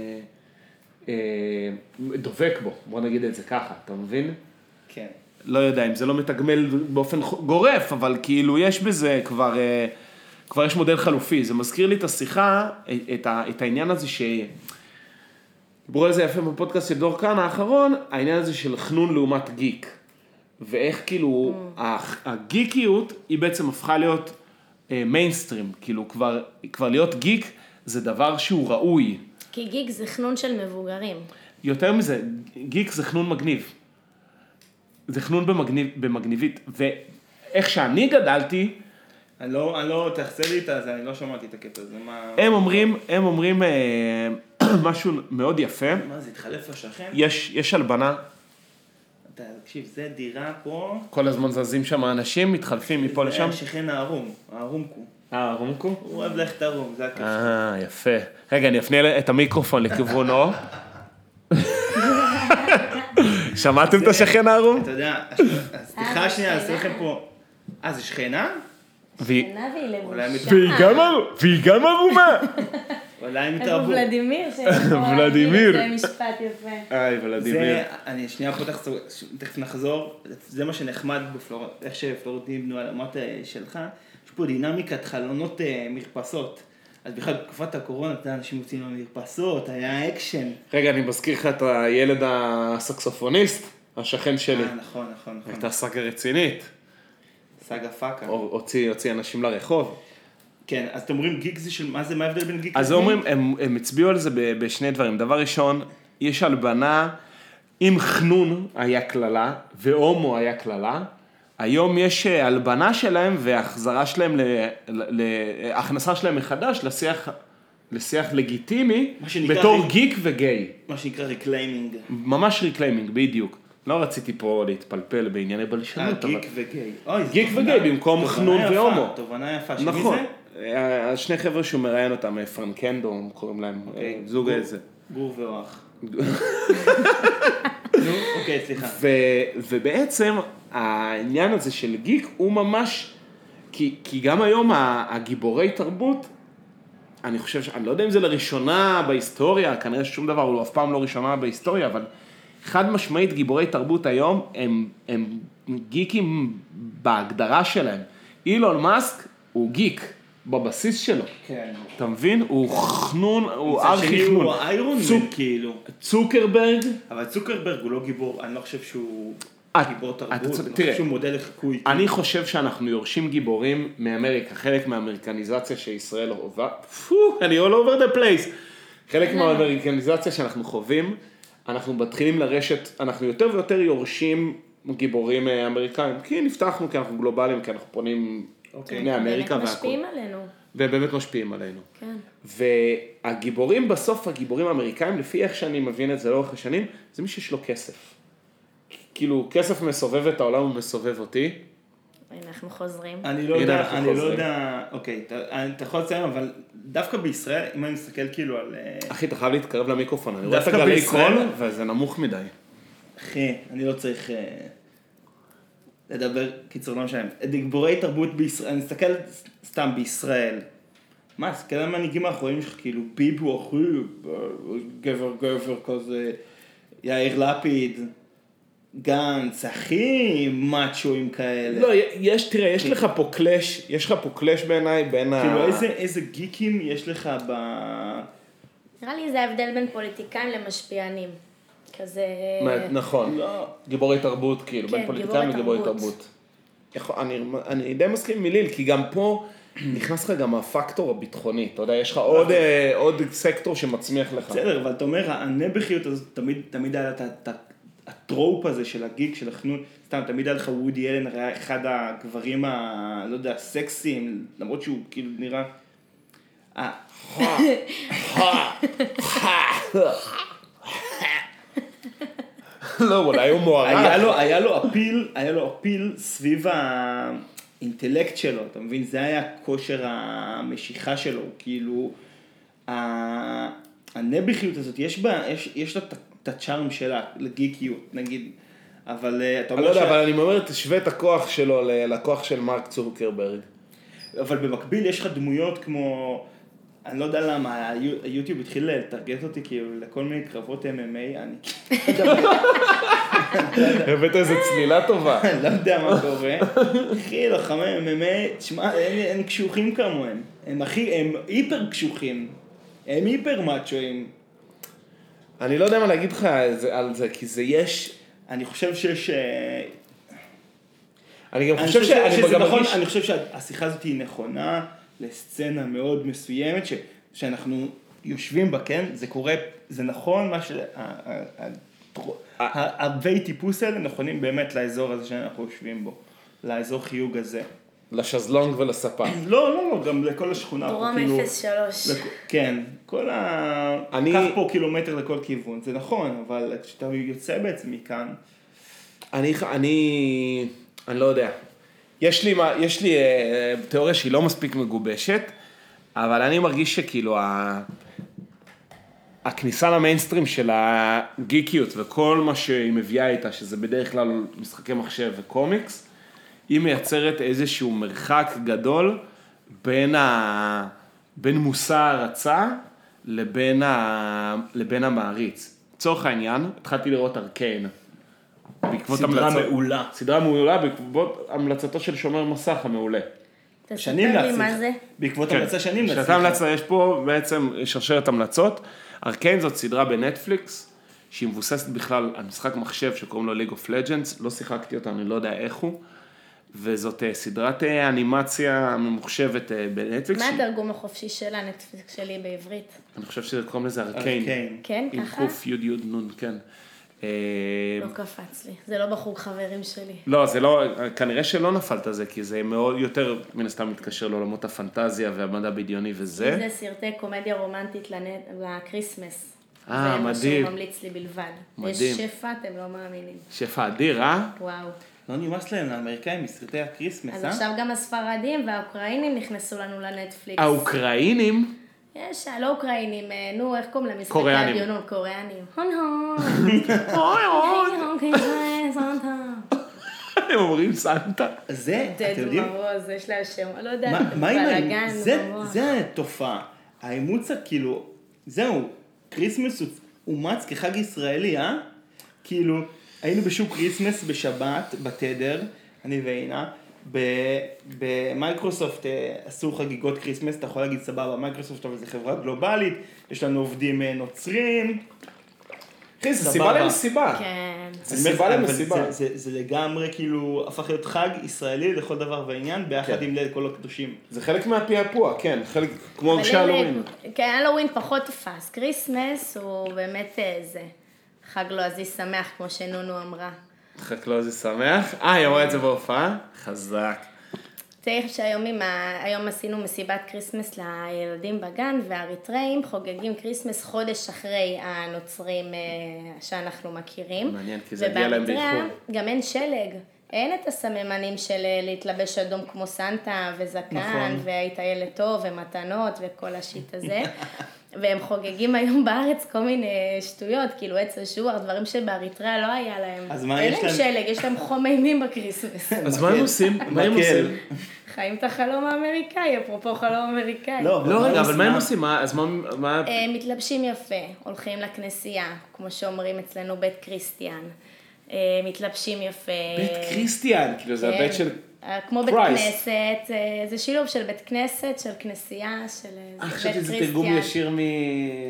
דובק בו, בוא נגיד את זה ככה, אתה מבין? כן. לא יודע אם זה לא מתגמל באופן גורף, אבל כאילו יש בזה כבר יש מודל חלופי. זה מזכיר לי את השיחה, את העניין הזה דיברו על זה יפה בפודקאסט של דור כאן האחרון, העניין הזה של חנון לעומת גיק. ואיך כאילו הגיקיות היא בעצם הפכה להיות מיינסטרים, כאילו כבר להיות גיק זה דבר שהוא ראוי. כי גיק זה חנון של מבוגרים. יותר מזה, גיק זה חנון מגניב. זה חנון במגניבית, ואיך שאני גדלתי, אני לא, תחסה לי את זה, אני לא שמעתי את הקטע הזה, מה... הם אומרים משהו מאוד יפה. מה, זה התחלף לשכן? יש הלבנה. תקשיב, זה דירה פה... כל הזמן זזים שם אנשים, מתחלפים מפה לשם. זה השכן הערומקו. הערומקו? הוא אוהב ללכת ערום, זה הקשר. יפה. רגע, אני אפנה את המיקרופון לכיוונו. שמעתם את השכן הערום? אתה יודע, סליחה שנייה, עשו לכם פה... זה שכנה? שכנה והיא לבושה. והיא גם ערומה. אולי הם איפה התרבו. ולדימיר? ולדימיר. זה משפט יפה. ולדימיר. אני שנייה פה תכף נחזור, זה מה שנחמד איך שפלורנטין בנויה, אמרת שלך, יש פה דינמיקת חלונות מרפסות. אז בכלל בתקופת הקורונה, אנשים יוצאים למרפסות, היה אקשן. רגע, אני מזכיר לך את הילד הסקסופוניסט, השכן שלי. נכון. הייתה סאגה רצינית. סאגה פאקה. הוציא אנשים לרחוב. כן, אז אתם אומרים גיק זה של, מה ההבדל בין גיק? אז אומרים, הם הצביעו על זה בשני דברים. דבר ראשון, יש הלבנה, אם חנון היה כללה, והומו היה כללה, היום יש הלבנה שלהם והחזרה שלהם, ההכנסה שלהם מחדש לשיח לגיטימי, בתור גיק וגיי. מה שנקרא ריקליימינג. ממש ריקליימינג, בדיוק. לא רציתי פה להתפלפל בענייני בלשנות, גיק וגיי. גיק וגיי במקום חנון והומו. תובנה יפה, שמי נכון. זה? שני חבר'ה שהוא מראיין אותם, פרנקנדו, קוראים להם, זוג איזה. גור ואוח. אוקיי, סליחה. ובעצם העניין הזה של גיק הוא ממש, כי גם היום הגיבורי תרבות, אני חושב, אני לא יודע אם זה לראשונה בהיסטוריה, כנראה ששום דבר הוא אף פעם לא ראשונה בהיסטוריה, אבל חד משמעית גיבורי תרבות היום הם גיקים בהגדרה שלהם. אילון מאסק הוא גיק בבסיס שלו. כן. אתה מבין? הוא חנון, הוא ארכי חנון. הוא איירון מן כאילו. צוקרברג. אבל צוקרברג הוא לא גיבור, אני לא חושב שהוא גיבור תרבות, אני תראה, חושב שהוא מודל לחיקוי. אני חושב שאנחנו יורשים גיבורים מאמריקה, חלק מהאמריקניזציה שישראל עובר, אני all over the place. חלק מהאמריקניזציה שאנחנו חווים, אנחנו מתחילים לרשת, אנחנו יותר ויותר יורשים גיבורים אמריקאים, כי נפתחנו, כי אנחנו גלובליים, כי אנחנו פונים בני אמריקה באמת והכל. משפיעים עלינו. ובאמת משפיעים עלינו. כן. והגיבורים בסוף, הגיבורים האמריקאים, לפי איך שאני מבין את זה לאורך השנים, זה מי שיש לו כסף. כאילו, כסף מסובב את העולם ומסובב אותי. אנחנו חוזרים. אני לא יודע, אוקיי, אתה יכול לציין, אבל דווקא בישראל, אם אני מסתכל כאילו על... אחי, אתה חייב להתקרב למיקרופון, אני רואה את הגלי קול, וזה נמוך מדי. אחי, אני לא צריך לדבר קיצור, לא משנה. גיבורי תרבות בישראל, אני מסתכל סתם בישראל. מה, סתכל על המנהיגים האחרונים שלך, כאילו ביבו אחי, גבר כזה, יאיר לפיד, גנץ, הכי מאצ'ואים כאלה. לא, תראה, יש לך פה קלאש בעיניי, בין כאילו איזה גיקים יש לך ב... נראה לי זה ההבדל בין פוליטיקאים למשפיענים. כזה... נכון, גיבורי תרבות, כאילו, בין פוליטיקאים לגיבורי תרבות. אני די מסכים עם מיליל, כי גם פה נכנס לך גם הפקטור הביטחוני, אתה יודע, יש לך עוד סקטור שמצמיח לך. בסדר, אבל אתה אומר, הנבחיות הזאת, תמיד היה את הטרופ הזה של הגיק, של החנון, סתם, תמיד היה לך וודי אלן, היה אחד הגברים לא יודע, סקסיים, למרות שהוא כאילו נראה... לא, אולי הוא מוערך. היה לו אפיל סביב האינטלקט שלו, אתה מבין? זה היה כושר המשיכה שלו, כאילו, הנבחיות הזאת, יש לה את הצ'ארם שלה, לגיקיות, נגיד, אבל אתה אומר... אני לא יודע, אבל אני אומר, תשווה את הכוח שלו לכוח של מרק צוקרברג. אבל במקביל יש לך דמויות כמו... אני לא יודע למה, היוטיוב התחיל לטרגט אותי כאילו לכל מיני קרבות MMA, אני... הבאת איזו צלילה טובה. אני לא יודע מה קורה. אחי, לוחמי MMA, תשמע, הם קשוחים כמוהם. הם היפר קשוחים. הם היפר מאצ'ואים. אני לא יודע מה להגיד לך על זה, כי זה יש... אני חושב שיש... אני גם חושב שאני גם מרגיש... אני חושב שהשיחה הזאת היא נכונה לסצנה מאוד מסוימת, שאנחנו יושבים בה, כן? זה קורה, זה נכון מה הרבה טיפוס האלה נכונים באמת לאזור הזה שאנחנו יושבים בו, לאזור חיוג הזה. לשזלונג ולספה. לא, גם לכל השכונה. דרום 03. כן, קח פה קילומטר לכל כיוון, זה נכון, אבל כשאתה יוצא בעצם מכאן... אני לא יודע. יש לי תיאוריה שהיא לא מספיק מגובשת, אבל אני מרגיש שכאילו הכניסה למיינסטרים של הגיקיות וכל מה שהיא מביאה איתה, שזה בדרך כלל משחקי מחשב וקומיקס, היא מייצרת איזשהו מרחק גדול בין מושא הרצה לבין המעריץ. לצורך העניין, התחלתי לראות ארקיין. סדרה מעולה בעקבות המלצתו של שומר מסך המעולה. שנים להצליח. בעקבות המלצה שנים להצליח. שאתה המלצה, יש פה בעצם שרשרת המלצות. ארקיין זאת סדרה בנטפליקס, שהיא מבוססת בכלל על משחק מחשב שקוראים לו League of Legends, לא שיחקתי אותה, אני לא יודע איך הוא, וזאת סדרת אנימציה ממוחשבת בנטפליקס. מה התרגום החופשי של הנטפליקס שלי בעברית? אני חושב שקוראים לזה ארקיין. כן, ככה? עם קוף יוד יוד נון, כן. לא קפץ לי, זה לא בחוג חברים שלי. לא, זה לא, כנראה שלא נפלת זה, כי זה מאוד יותר מן הסתם מתקשר לעולמות הפנטזיה והמדע בדיוני וזה. זה סרטי קומדיה רומנטית לקריסמס. מדהים. זה מה שהוא ממליץ לי בלבד. מדהים. יש שפע, אתם לא מאמינים. שפע אדיר, אה? וואו. לא נמאס להם לאמריקאים מסרטי הקריסמס, אז עכשיו גם הספרדים והאוקראינים נכנסו לנו לנטפליקס. האוקראינים? יש, לא אוקראינים, נו, איך קוראים למשחקי קוריאנים. הדיונות? קוריאנים. הון הון. אוי אוי. סנטה. הם אומרים סנטה. זה, אתם דד יודעים? מרוז, יש לה שם, לא יודעת, מה עם בלגן במוח. זה התופעה. האימוץ כאילו, זהו, קריסמס אומץ כחג ישראלי, כאילו, היינו בשוק קריסמס בשבת, בתדר, אני ועינה, במייקרוסופט עשו חגיגות קריסמס, אתה יכול להגיד סבבה, מייקרוסופט אבל זה חברה גלובלית, יש לנו עובדים נוצרים. אחי, זה סיבה למסיבה. כן. זה סיבה למסיבה. זה לגמרי כאילו הפך להיות חג ישראלי לכל דבר ועניין, ביחד עם ליל כל הקדושים. זה חלק מהפיאפוע, כן, חלק כמו שהלווין. כן, הלווין פחות תפס, קריסמס הוא באמת זה, חג לועזי שמח כמו שנונו אמרה. חג לועזי שמח? היא אמרה את זה בהופעה? חזק. צריך שהיום עשינו מסיבת קריסמס לילדים בגן, והאריתראים חוגגים קריסמס חודש אחרי הנוצרים שאנחנו מכירים. מעניין, כי זה הגיע להם באיחור. ובאריתראה גם אין שלג, אין את הסממנים של להתלבש אדום כמו סנטה וזקן, נכון. והיית ילד טוב ומתנות וכל השיט הזה. והם חוגגים היום בארץ כל מיני שטויות, כאילו עץ השוח, דברים שבאריתראה לא היה להם. אז מה אין יש להם להם? שלג, יש להם חום אימים בקריסמס. אז מה הם עושים? מה הם עושים? חיים את החלום האמריקאי, אפרופו חלום אמריקאי. לא, רגע, אבל מה הם עושים? אז מה... מתלבשים יפה, הולכים לכנסייה, כמו שאומרים אצלנו בית קריסטיאן. מתלבשים יפה. בית קריסטיאן, כאילו זה הבית של... כמו בית כנסת, זה שילוב של בית כנסת, של כנסייה, של... חשבתי שזה תרגום ישיר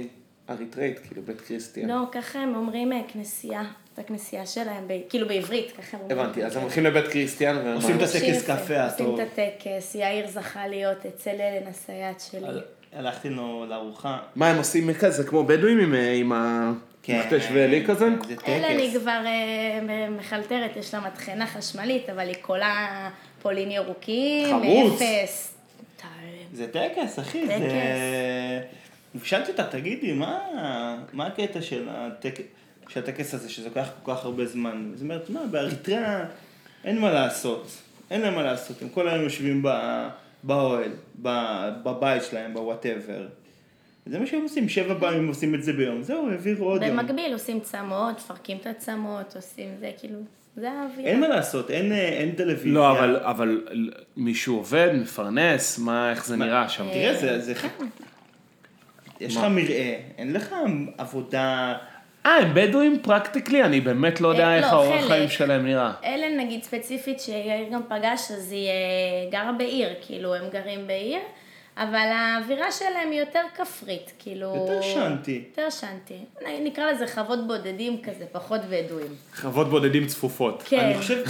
אריתראית, כאילו בית קריסטיאן. לא, ככה הם אומרים כנסייה, את הכנסייה שלהם, כאילו בעברית, ככה הם אומרים. הבנתי, אז הם הולכים לבית קריסטיאן, עושים את הטקס קפה עושים הטוב. את הטקס, יאיר זכה להיות אצל אלן הסייעת שלי. הלכתי לו לארוחה. מה הם עושים כזה, כמו בדואים עם המכתש ואלי כזה? זה אלן היא טקס. כבר מחלטרת, יש לה מטחנה חשמלית, אבל היא כולה פולין ירוקים, חמוץ. אפס. זה טקס, אחי. טקס. שאלתי אותה, תגידי, מה הקטע של הטקס הזה, שזה לוקח כל כך הרבה זמן? זאת אומרת, מה, באריתריאה אין מה לעשות. אין להם מה לעשות. הם כל היום יושבים באוהל, בבית שלהם, בוואטאבר. זה מה שהם עושים, 7 פעמים עושים את זה ביום. זהו, העבירו עוד יום. במקביל עושים צמות, פרקים את הצמות, עושים זה, כאילו, זה האוויר. אין מה לעשות, אין טלוויזיה. לא, אבל מישהו עובד, מפרנס, איך זה נראה שם? תראה, זה... יש לך מראה, אין לך עבודה... הם בדואים פרקטיקלי, אני באמת לא יודע איך האורח חיים שלהם נראה. אלן נגיד ספציפית שיאיר גם פגש, אז היא גרה בעיר, כאילו הם גרים בעיר, אבל האווירה שלהם היא יותר כפרית, כאילו... יותר שנתי. יותר שנתי. נקרא לזה חוות בודדים כזה, פחות בדואים. חוות בודדים צפופות. כן. אני חושב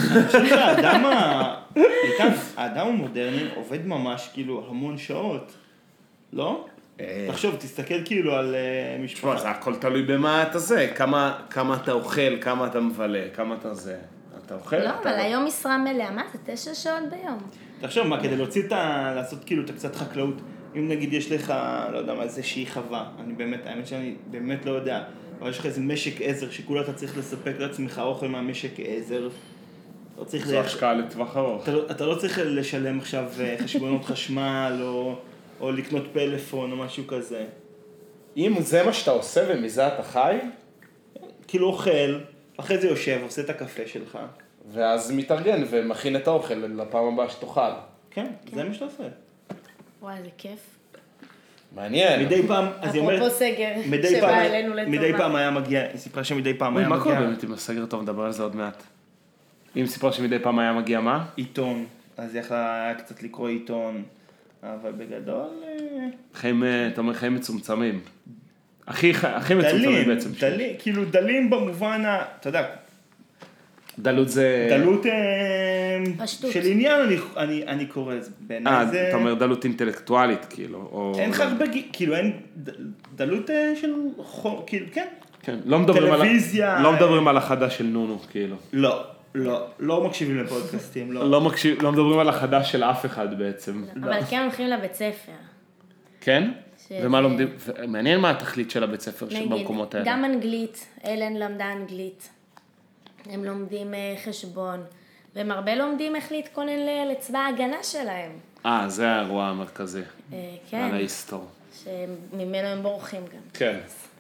שהאדם המודרני עובד ממש כאילו המון שעות, לא? תחשוב, תסתכל כאילו על משפחה. זה הכל תלוי במה אתה זה, כמה אתה אוכל, כמה אתה מבלה, כמה אתה זה. אתה אוכל? לא, אבל היום משרה מלאה, מה זה? 9 שעות ביום. תחשוב, מה, כדי לעשות כאילו את הקצת חקלאות, אם נגיד יש לך, לא יודע מה, איזושהי חווה, האמת שאני באמת לא יודע, אבל יש לך איזה משק עזר שכולה אתה צריך לספק לעצמך אוכל מהמשק עזר. זו השקעה לטווח ארוך. אתה לא צריך לשלם עכשיו חשבונות חשמל או לקנות פלאפון או משהו כזה. אם זה מה שאתה עושה ומזה אתה חי, כאילו אוכל, אחרי זה יושב, עושה את הקפה שלך. ואז מתארגן ומכין את האוכל לפעם הבאה שתאכל. כן, זה מה שאתה עושה. וואי, זה כיף. מעניין. מדי פעם, אז היא אומרת... אפרופו סגר, שבא אלינו לטובה. מדי פעם היה מגיע, היא סיפרה שמדי פעם היה מה קורה מגיע... באמת עם הסגר טוב, נדבר על זה עוד מעט. אם סיפרה שמדי פעם היה מגיע מה? עיתון, אז היה קצת לקרוא עיתון, אבל בגדול... אתה אומר חיים מצומצמים. הכי מצומצמים בעצם. דלים, כאילו דלים במובן אתה יודע, דלות זה... דלות פשטות. של עניין אני קורא לזה, בעיניי זה... אתה אומר דלות אינטלקטואלית, כאילו. אין לך הרבה, כאילו אין דלות של כאילו, כן. כן, טלוויזיה. לא מדברים על החדש של נונו, כאילו. לא מקשיבים לפודקאסטים, לא. לא מדברים על החדש של אף אחד בעצם. אבל כן הולכים לבית ספר. כן? ומה לומדים? מעניין מה התכלית של הבית ספר במקומות האלה. גם אנגלית, אלן למדה אנגלית. הם לומדים חשבון, והם הרבה לומדים איך להתכונן לצבא ההגנה שלהם. זה האירוע המרכזי. כן. על ההיסטור. שממנו הם בורחים גם. כן.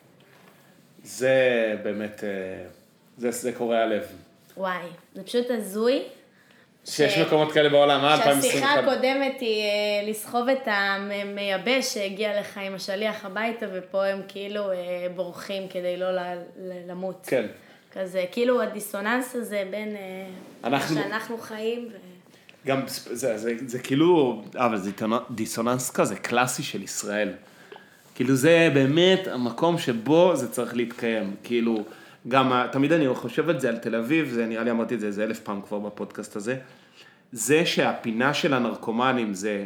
זה באמת, זה קורע לב. וואי, זה פשוט הזוי. שיש מקומות כאלה בעולם, 2021. שהשיחה הקודמת היא לסחוב את המייבש שהגיע לך עם השליח הביתה, ופה הם כאילו בורחים כדי לא למות. כן. כזה, כאילו הדיסוננס הזה בין שאנחנו חיים גם זה כאילו, אבל זה דיסוננס כזה קלאסי של ישראל. כאילו זה באמת המקום שבו זה צריך להתקיים. כאילו, גם תמיד אני חושב את זה על תל אביב, זה נראה לי אמרתי את זה איזה 1000 פעם כבר בפודקאסט הזה, זה שהפינה של הנרקומנים זה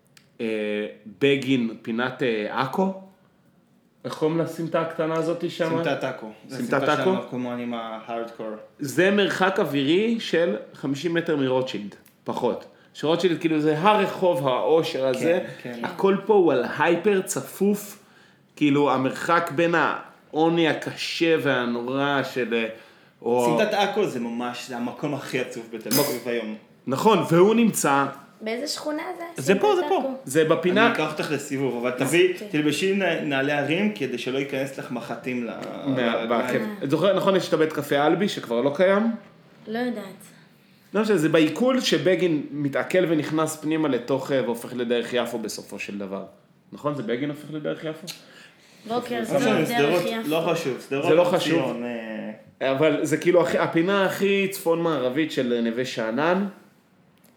בגין, פינת עכו, איך קוראים לסמטה הקטנה הזאת שם? סמטת עכו. סמטת עכו? של הנרקומנים ההארדקור. זה מרחק אווירי של 50 מטר מרוטשילד, פחות. שרוטשילד כאילו זה הרחוב העושר הזה, כן. הכל פה הוא על הייפר צפוף, כאילו המרחק בין העוני הקשה והנורא של... סמטת עכו זה ממש, זה המקום הכי עצוב בתל אביב היום. נכון, והוא נמצא... באיזה שכונה זה? זה פה, זה פה. זה בפינה. אני אקח אותך לסיבוב, אבל תלבשי נעלי הרים כדי שלא ייכנס לך מחטים לרגליים. זוכר, נכון, יש את הבית קפה אלבי שכבר לא קיים? לא יודעת. לא משנה, זה בעיכול שבגין מתעכל ונכנס פנימה לתוך והופך לדרך יפו בסופו של דבר. נכון? זה בגין הופך לדרך יפו? בוקר, זה לא דרך יפו. לא חשוב, זה לא חשוב. אבל זה כאילו הפינה הכי צפון מערבית של נווה שאנן.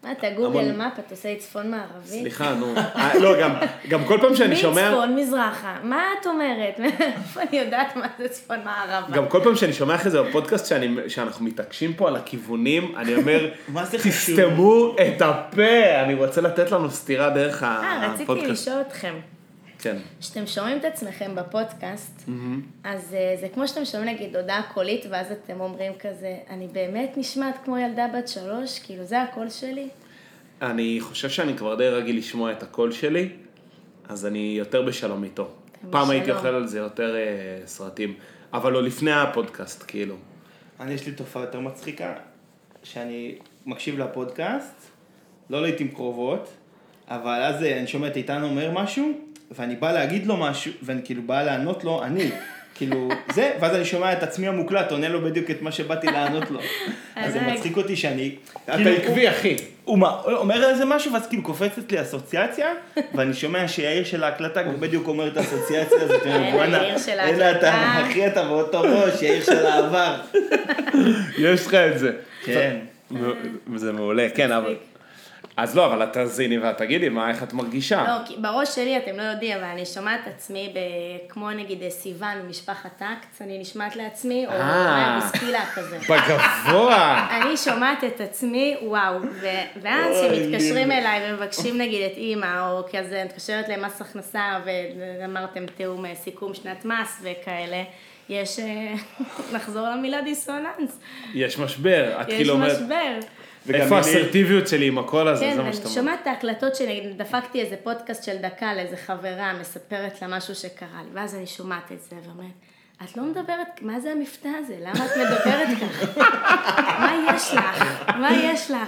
מה, אתה גוגל מפ, אתה עושה צפון מערבי? סליחה, נו. לא, גם כל פעם שאני שומע... מצפון מזרחה, מה את אומרת? איפה אני יודעת מה זה צפון מערבה? גם כל פעם שאני שומע אחרי זה בפודקאסט שאנחנו מתעקשים פה על הכיוונים, אני אומר, תסתמו את הפה, אני רוצה לתת לנו סתירה דרך הפודקאסט. רציתי לשאול אתכם. כן. כשאתם שומעים את עצמכם בפודקאסט, אז זה כמו שאתם שומעים נגיד הודעה קולית, ואז אתם אומרים כזה, אני באמת נשמעת כמו ילדה בת 3, כאילו זה הקול שלי? אני חושב שאני כבר די רגיל לשמוע את הקול שלי, אז אני יותר בשלום איתו. פעם הייתי אוכל על זה יותר סרטים, אבל לא לפני הפודקאסט, כאילו. יש לי תופעה יותר מצחיקה, שאני מקשיב לפודקאסט, לא לעתים קרובות, אבל אז אני שומע את איתן אומר משהו, ואני בא להגיד לו משהו, ואני כאילו בא לענות לו, כאילו, זה, ואז אני שומע את עצמי המוקלט, עונה לו בדיוק את מה שבאתי לענות לו. אז זה מצחיק אותי שאני... אתה עקבי, אחי. הוא אומר איזה משהו, ואז כאילו קופצת לי אסוציאציה, ואני שומע שיאיר של ההקלטה בדיוק אומר את האסוציאציה הזאת. יאיר של ההקלטה. אלא אתה, אחי, אתה באותו ראש, יאיר של העבר. יש לך את זה. כן. זה מעולה, כן, אבל... אז לא, אבל אתה זיני ותגידי, איך את מרגישה? לא, כי בראש שלי אתם לא יודעים, אבל אני שומעת את עצמי כמו נגיד סיוון ממשפחת טקץ, אני נשמעת לעצמי, או בספילה כזה. בגבוה! אני שומעת את עצמי, וואו, ואז שמתקשרים אליי ומבקשים נגיד את אימא, או כזה, מתקשרת למס הכנסה, ואמרתם תיאום סיכום שנת מס וכאלה, יש, נחזור למילה דיסוננס. יש משבר, את כאילו אומרת... יש משבר. איפה האסרטיביות שלי עם הכל הזה, כן, זה מה שאתה אומר. אני שומעת את ההקלטות שלי, דפקתי איזה פודקאסט של דקה לאיזה חברה, מספרת לה משהו שקרה לי, ואז אני שומעת את זה ואומרת, את לא מדברת, מה זה המבטא הזה? למה את מדברת כך? מה יש לך? מה יש לך?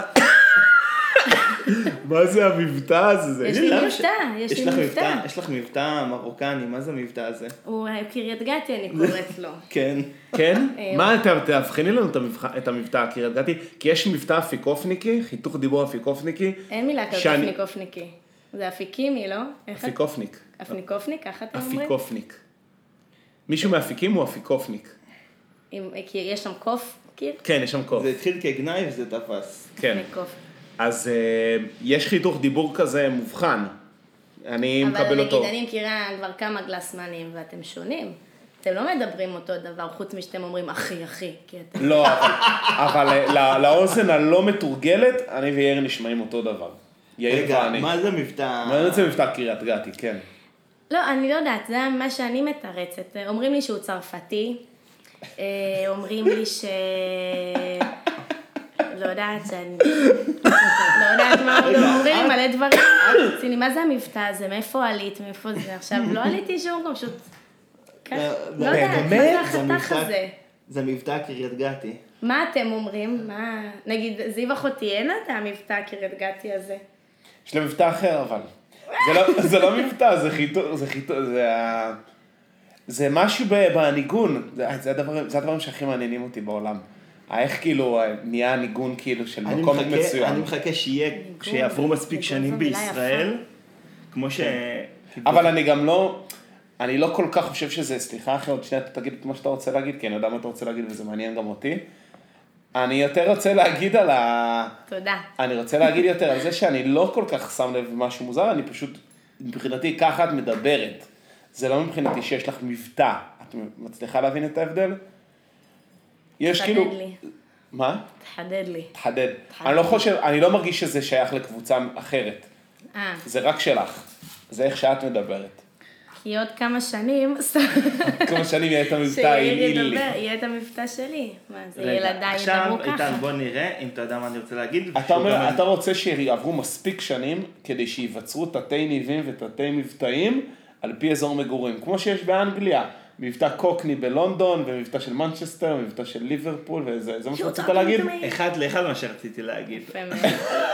מה זה המבטא הזה? יש לי מבטא, יש לי מבטא. יש לך מבטא מרוקני, מה זה המבטא הזה? הוא קריית גתי, אני קוראת לו. כן. כן? מה, תאבחני לנו את המבטא הקריית גתי? כי יש מבטא אפיקופניקי, חיתוך דיבור אפיקופניקי. אין מילה כזאת אפיקופניקי. זה אפיקימי, לא? אפיקופניק. אפניקופניק, ככה אתם אומרים? אפיקופניק. מישהו מאפיקים הוא אפיקופניק. כי יש שם קוף, כאילו? כן, יש שם קוף. זה התחיל כגנאי וזה תפס. כן. אז יש חיתוך דיבור כזה מובחן. אני מקבל אותו. אבל נגיד, אני מכירה כבר כמה גלסמנים ואתם שונים. אתם לא מדברים אותו דבר, חוץ משאתם אומרים אחי, אחי. לא, אבל לאוזן הלא מתורגלת, אני ויאיר נשמעים אותו דבר. רגע, מה זה מבטא? מה זה מבטא קריית גתי, כן. לא, אני לא יודעת, זה מה שאני מתרצת. אומרים לי שהוא צרפתי, אומרים לי ש... לא יודעת שאני... לא יודעת מה עוד אומרים לי מלא דברים. מה זה המבטא הזה? מאיפה עלית? מאיפה זה? עכשיו, לא עליתי שום גם פשוט... לא יודעת, מה זה החתך הזה? זה מבטא קריית גתי. מה אתם אומרים? נגיד, זיו אחותי, אין את המבטא קריית גתי הזה. יש לה מבטא אחר, אבל. זה לא מבטא, זה משהו בניגון. זה הדברים שהכי מעניינים אותי בעולם. איך כאילו נהיה הניגון כאילו של מקום מצוין. אני מחכה שיעברו מספיק שנים בישראל, כמו ש... אבל אני גם לא... אני לא כל כך חושב שזה, סליחה אחרי עוד שנייה, תגיד את מה שאתה רוצה להגיד, כי אני יודע מה אתה רוצה להגיד וזה מעניין גם אותי. אני יותר רוצה להגיד על תודה. אני רוצה להגיד יותר על זה שאני לא כל כך שם לב משהו מוזר, אני פשוט, מבחינתי, ככה את מדברת. זה לא מבחינתי שיש לך מבטא. את מצליחה להבין את ההבדל? יש כאילו... תחדד לי. מה? תחדד לי. תחדד. אני לא מרגיש שזה שייך לקבוצה אחרת. זה רק שלך. זה איך שאת מדברת. כי עוד כמה שנים, כמה שנים יהיה את המבטא אילי. יהיה את המבטא שלי. מה, זה ילדיי ידברו ככה. איתן, בוא נראה אם אתה יודע מה אני רוצה להגיד. אתה רוצה שיעברו מספיק שנים כדי שיווצרו תתי ניבים ותתי מבטאים על פי אזור מגורים. כמו שיש באנגליה, מבטא קוקני בלונדון, ומבטא של מנצ'סטר, מבטא של ליברפול, וזה מה שרצית להגיד? אחד לאחד מה שרציתי להגיד. יפה מאוד.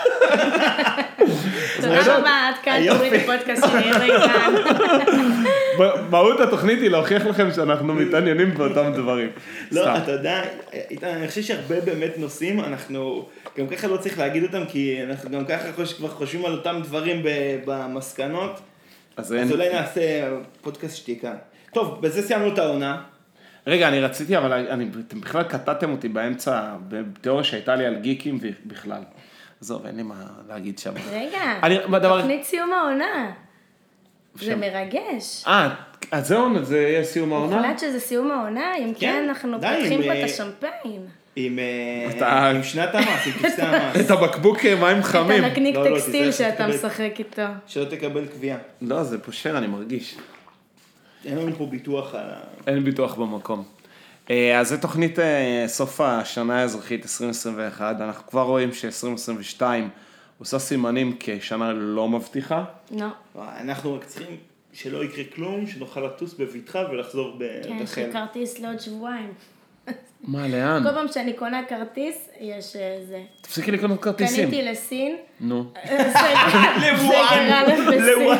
תודה רבה, עד כאן תוריד הפודקאסט שלי, איתן. מהות התוכנית היא להוכיח לכם שאנחנו מתעניינים באותם דברים. לא, אתה יודע, איתן, אני חושב שהרבה באמת נושאים, אנחנו גם ככה לא צריך להגיד אותם, כי אנחנו גם ככה כבר חושבים על אותם דברים במסקנות, אז אולי נעשה פודקאסט שתיקה. טוב, בזה סיימנו את העונה. רגע, אני רציתי, אבל אתם בכלל קטעתם אותי באמצע, בתיאוריה שהייתה לי על גיקים בכלל. עזוב, אין לי מה להגיד שם. רגע, דבר- תוכנית סיום העונה. זה מרגש. אז זהו, זה יהיה סיום העונה? מוחלט שזה סיום העונה, אם כן, אנחנו די, פותחים פה עם, את השמפיין. עם שנת המס, עם כבשי המס. את הבקבוק מים חמים. את הנקניק לא, טקסטיל תיזהר שאתה שתקבל- משחק איתו. שלא תקבל קביעה. לא, זה פושר, אני מרגיש. אין לנו פה ביטוח על אין ביטוח במקום. אז זו תוכנית סוף השנה האזרחית 2021, אנחנו כבר רואים ש-2022 עושה סימנים כשנה לא מבטיחה. לא. אנחנו רק צריכים שלא יקרה כלום, שנוכל לטוס בבטחה ולחזור כן, יש בחל. לי כרטיס לעוד שבועיים. מה, לאן? כל פעם שאני קונה כרטיס, יש זה. תפסיקי לקנות כרטיסים. קניתי לסין. נו. סגר א' בסין.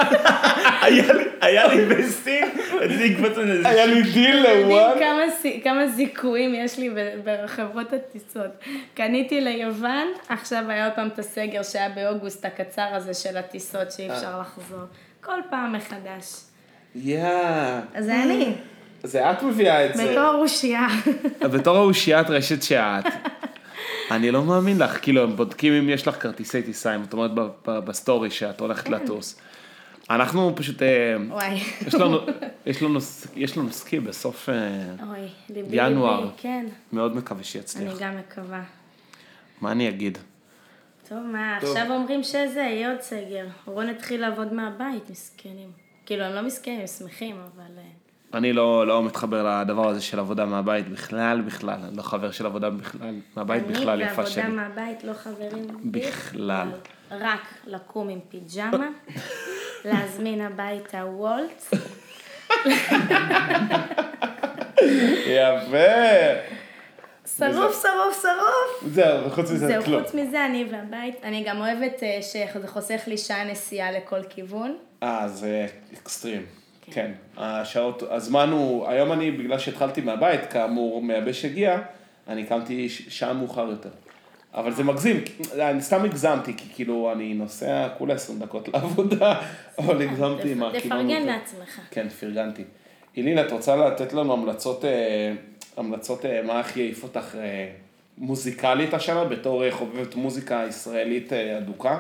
היה לי בסין, רציתי לקפוץ על איזה... היה לי דיל יודעים לוואן. כמה זיכויים יש לי בחברות הטיסות. קניתי ליוון, עכשיו היה עוד פעם את הסגר שהיה באוגוסט הקצר הזה של הטיסות שאי אפשר לחזור. כל פעם מחדש. אז זה אני, זה את מביאה את זה. בתור אושייה. בתור האושיית רשת שאת. אני לא מאמין לך, כאילו, הם בודקים אם יש לך כרטיסי טיסה, אם את אומרת בסטורי שאת הולכת לטוס. אנחנו פשוט, וואי. יש לנו סקי בסוף אוי, ליבי, ינואר. כן. מאוד מקווה אני שיצליח. גם מקווה. מה אני אגיד? טוב, מה, עכשיו אומרים שזה, יהיה עוד סגר. רון התחיל לעבוד מהבית, מסכנים. כאילו, הם לא מסכנים, הם שמחים, אבל... אני לא מתחבר לדבר הזה של עבודה מהבית בכלל. אני לא חבר של עבודה מהבית בכלל, יפה שלי. אני ועבודה מהבית לא חברים בכלל. רק לקום עם פיג'מה, להזמין הביתה וולט. יפה. שרוף. זהו, וחוץ מזה זהו, כלום. חוץ מזה, אני והבית. אני גם אוהבת שזה חוסך לי שעה נסיעה לכל כיוון. זה אקסטרים. כן, השעות, הזמן הוא, היום אני, בגלל שהתחלתי מהבית, כאמור, מייבש הגיע, אני קמתי שעה מאוחר יותר. אבל זה מגזים, אני סתם הגזמתי, כי כאילו אני נוסע כולה 20 דקות לעבודה, אבל הגזמתי עם הקילומטר. תפרגן לעצמך. כן, פרגנתי. אילין, את רוצה לתת לנו המלצות מה הכי יעיף אותך מוזיקלית השנה, בתור חובבת מוזיקה ישראלית אדוקה?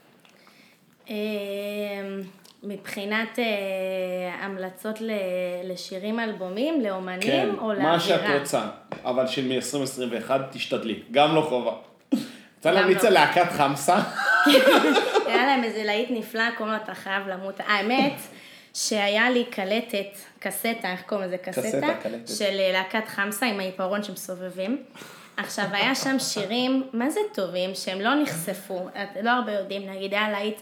מבחינת המלצות לשירים אלבומים, לאומנים כן, או לאווירה? מה שאת רוצה, אבל של מ-2021 תשתדלי, גם לא חובה. רוצה להמליץ על להקת חמסה? היה להם איזה להיט נפלא, קוראים לו אתה חייב למות. האמת שהיה לי קסטה, איך קוראים לזה? קסטה, של להקת חמסה עם העיפרון שמסובבים. עכשיו, היה שם שירים, מה זה טובים, שהם לא נחשפו, לא הרבה יודעים, נגיד היה להיט,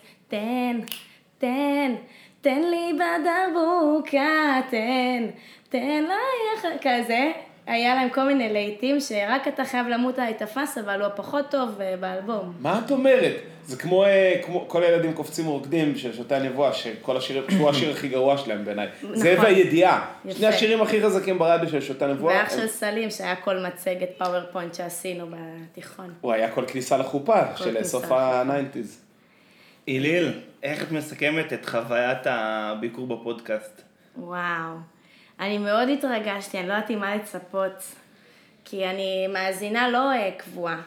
תן לי בדרבוקה, תן לי, כזה. היה להם כל מיני להיטים שרק אתה חייב למות על תפס, אבל הוא הפחות טוב באלבום. מה את אומרת? זה כמו כל הילדים קופצים ורוקדים של שותי הנבואה, שכל השירים, שהוא השיר הכי גרוע שלהם בעיניי. זה והידיעה. שני השירים הכי חזקים ברדיו של שותי הנבואה. ואח של סלים, שהיה כל מצגת פאורפוינט שעשינו בתיכון. הוא היה כל כניסה לחופה של סוף ה-90s. איליל, איך את מסכמת את חוויית הביקור בפודקאסט? וואו, אני מאוד התרגשתי, אני לא יודעת מה לצפות, כי אני מאזינה לא קבועה,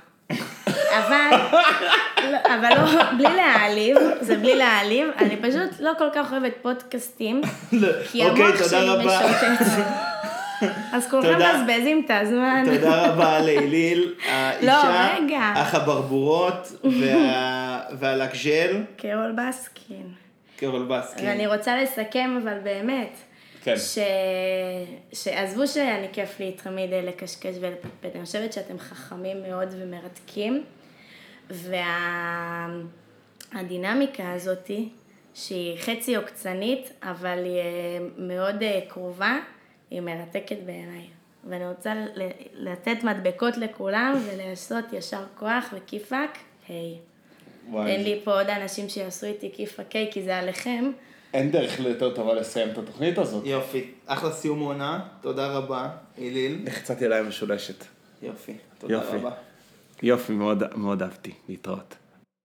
אבל לא, בלי להעליב, זה בלי להעליב, אני פשוט לא כל כך אוהבת פודקאסטים, כי המוח שלי משוטט. אז כולכם מבזבזים את הזמן. תודה רבה לאיליל, האישה, החברבורות והלקז'ל. קרול בסקין. קרול בסקין. ואני רוצה לסכם, אבל באמת, כן. שעזבו שאני כיף לי תמיד לקשקש ולפטפט, אני חושבת שאתם חכמים מאוד ומרתקים, והדינמיקה הזאת, שהיא חצי עוקצנית, אבל היא מאוד קרובה, היא מרתקת בעיניי. ואני רוצה לתת מדבקות לכולם ולעשות ישר כוח וכיפק, היי. אין לי פה עוד אנשים שיעשו איתי כיפק, היי, כי זה עליכם. אין דרך יותר טובה לסיים את התוכנית הזאת. יופי, אחלה סיום עונה, תודה רבה, איליל. לחצת ידיים משולשת. יופי, תודה רבה. יופי, מאוד אהבתי, להתראות.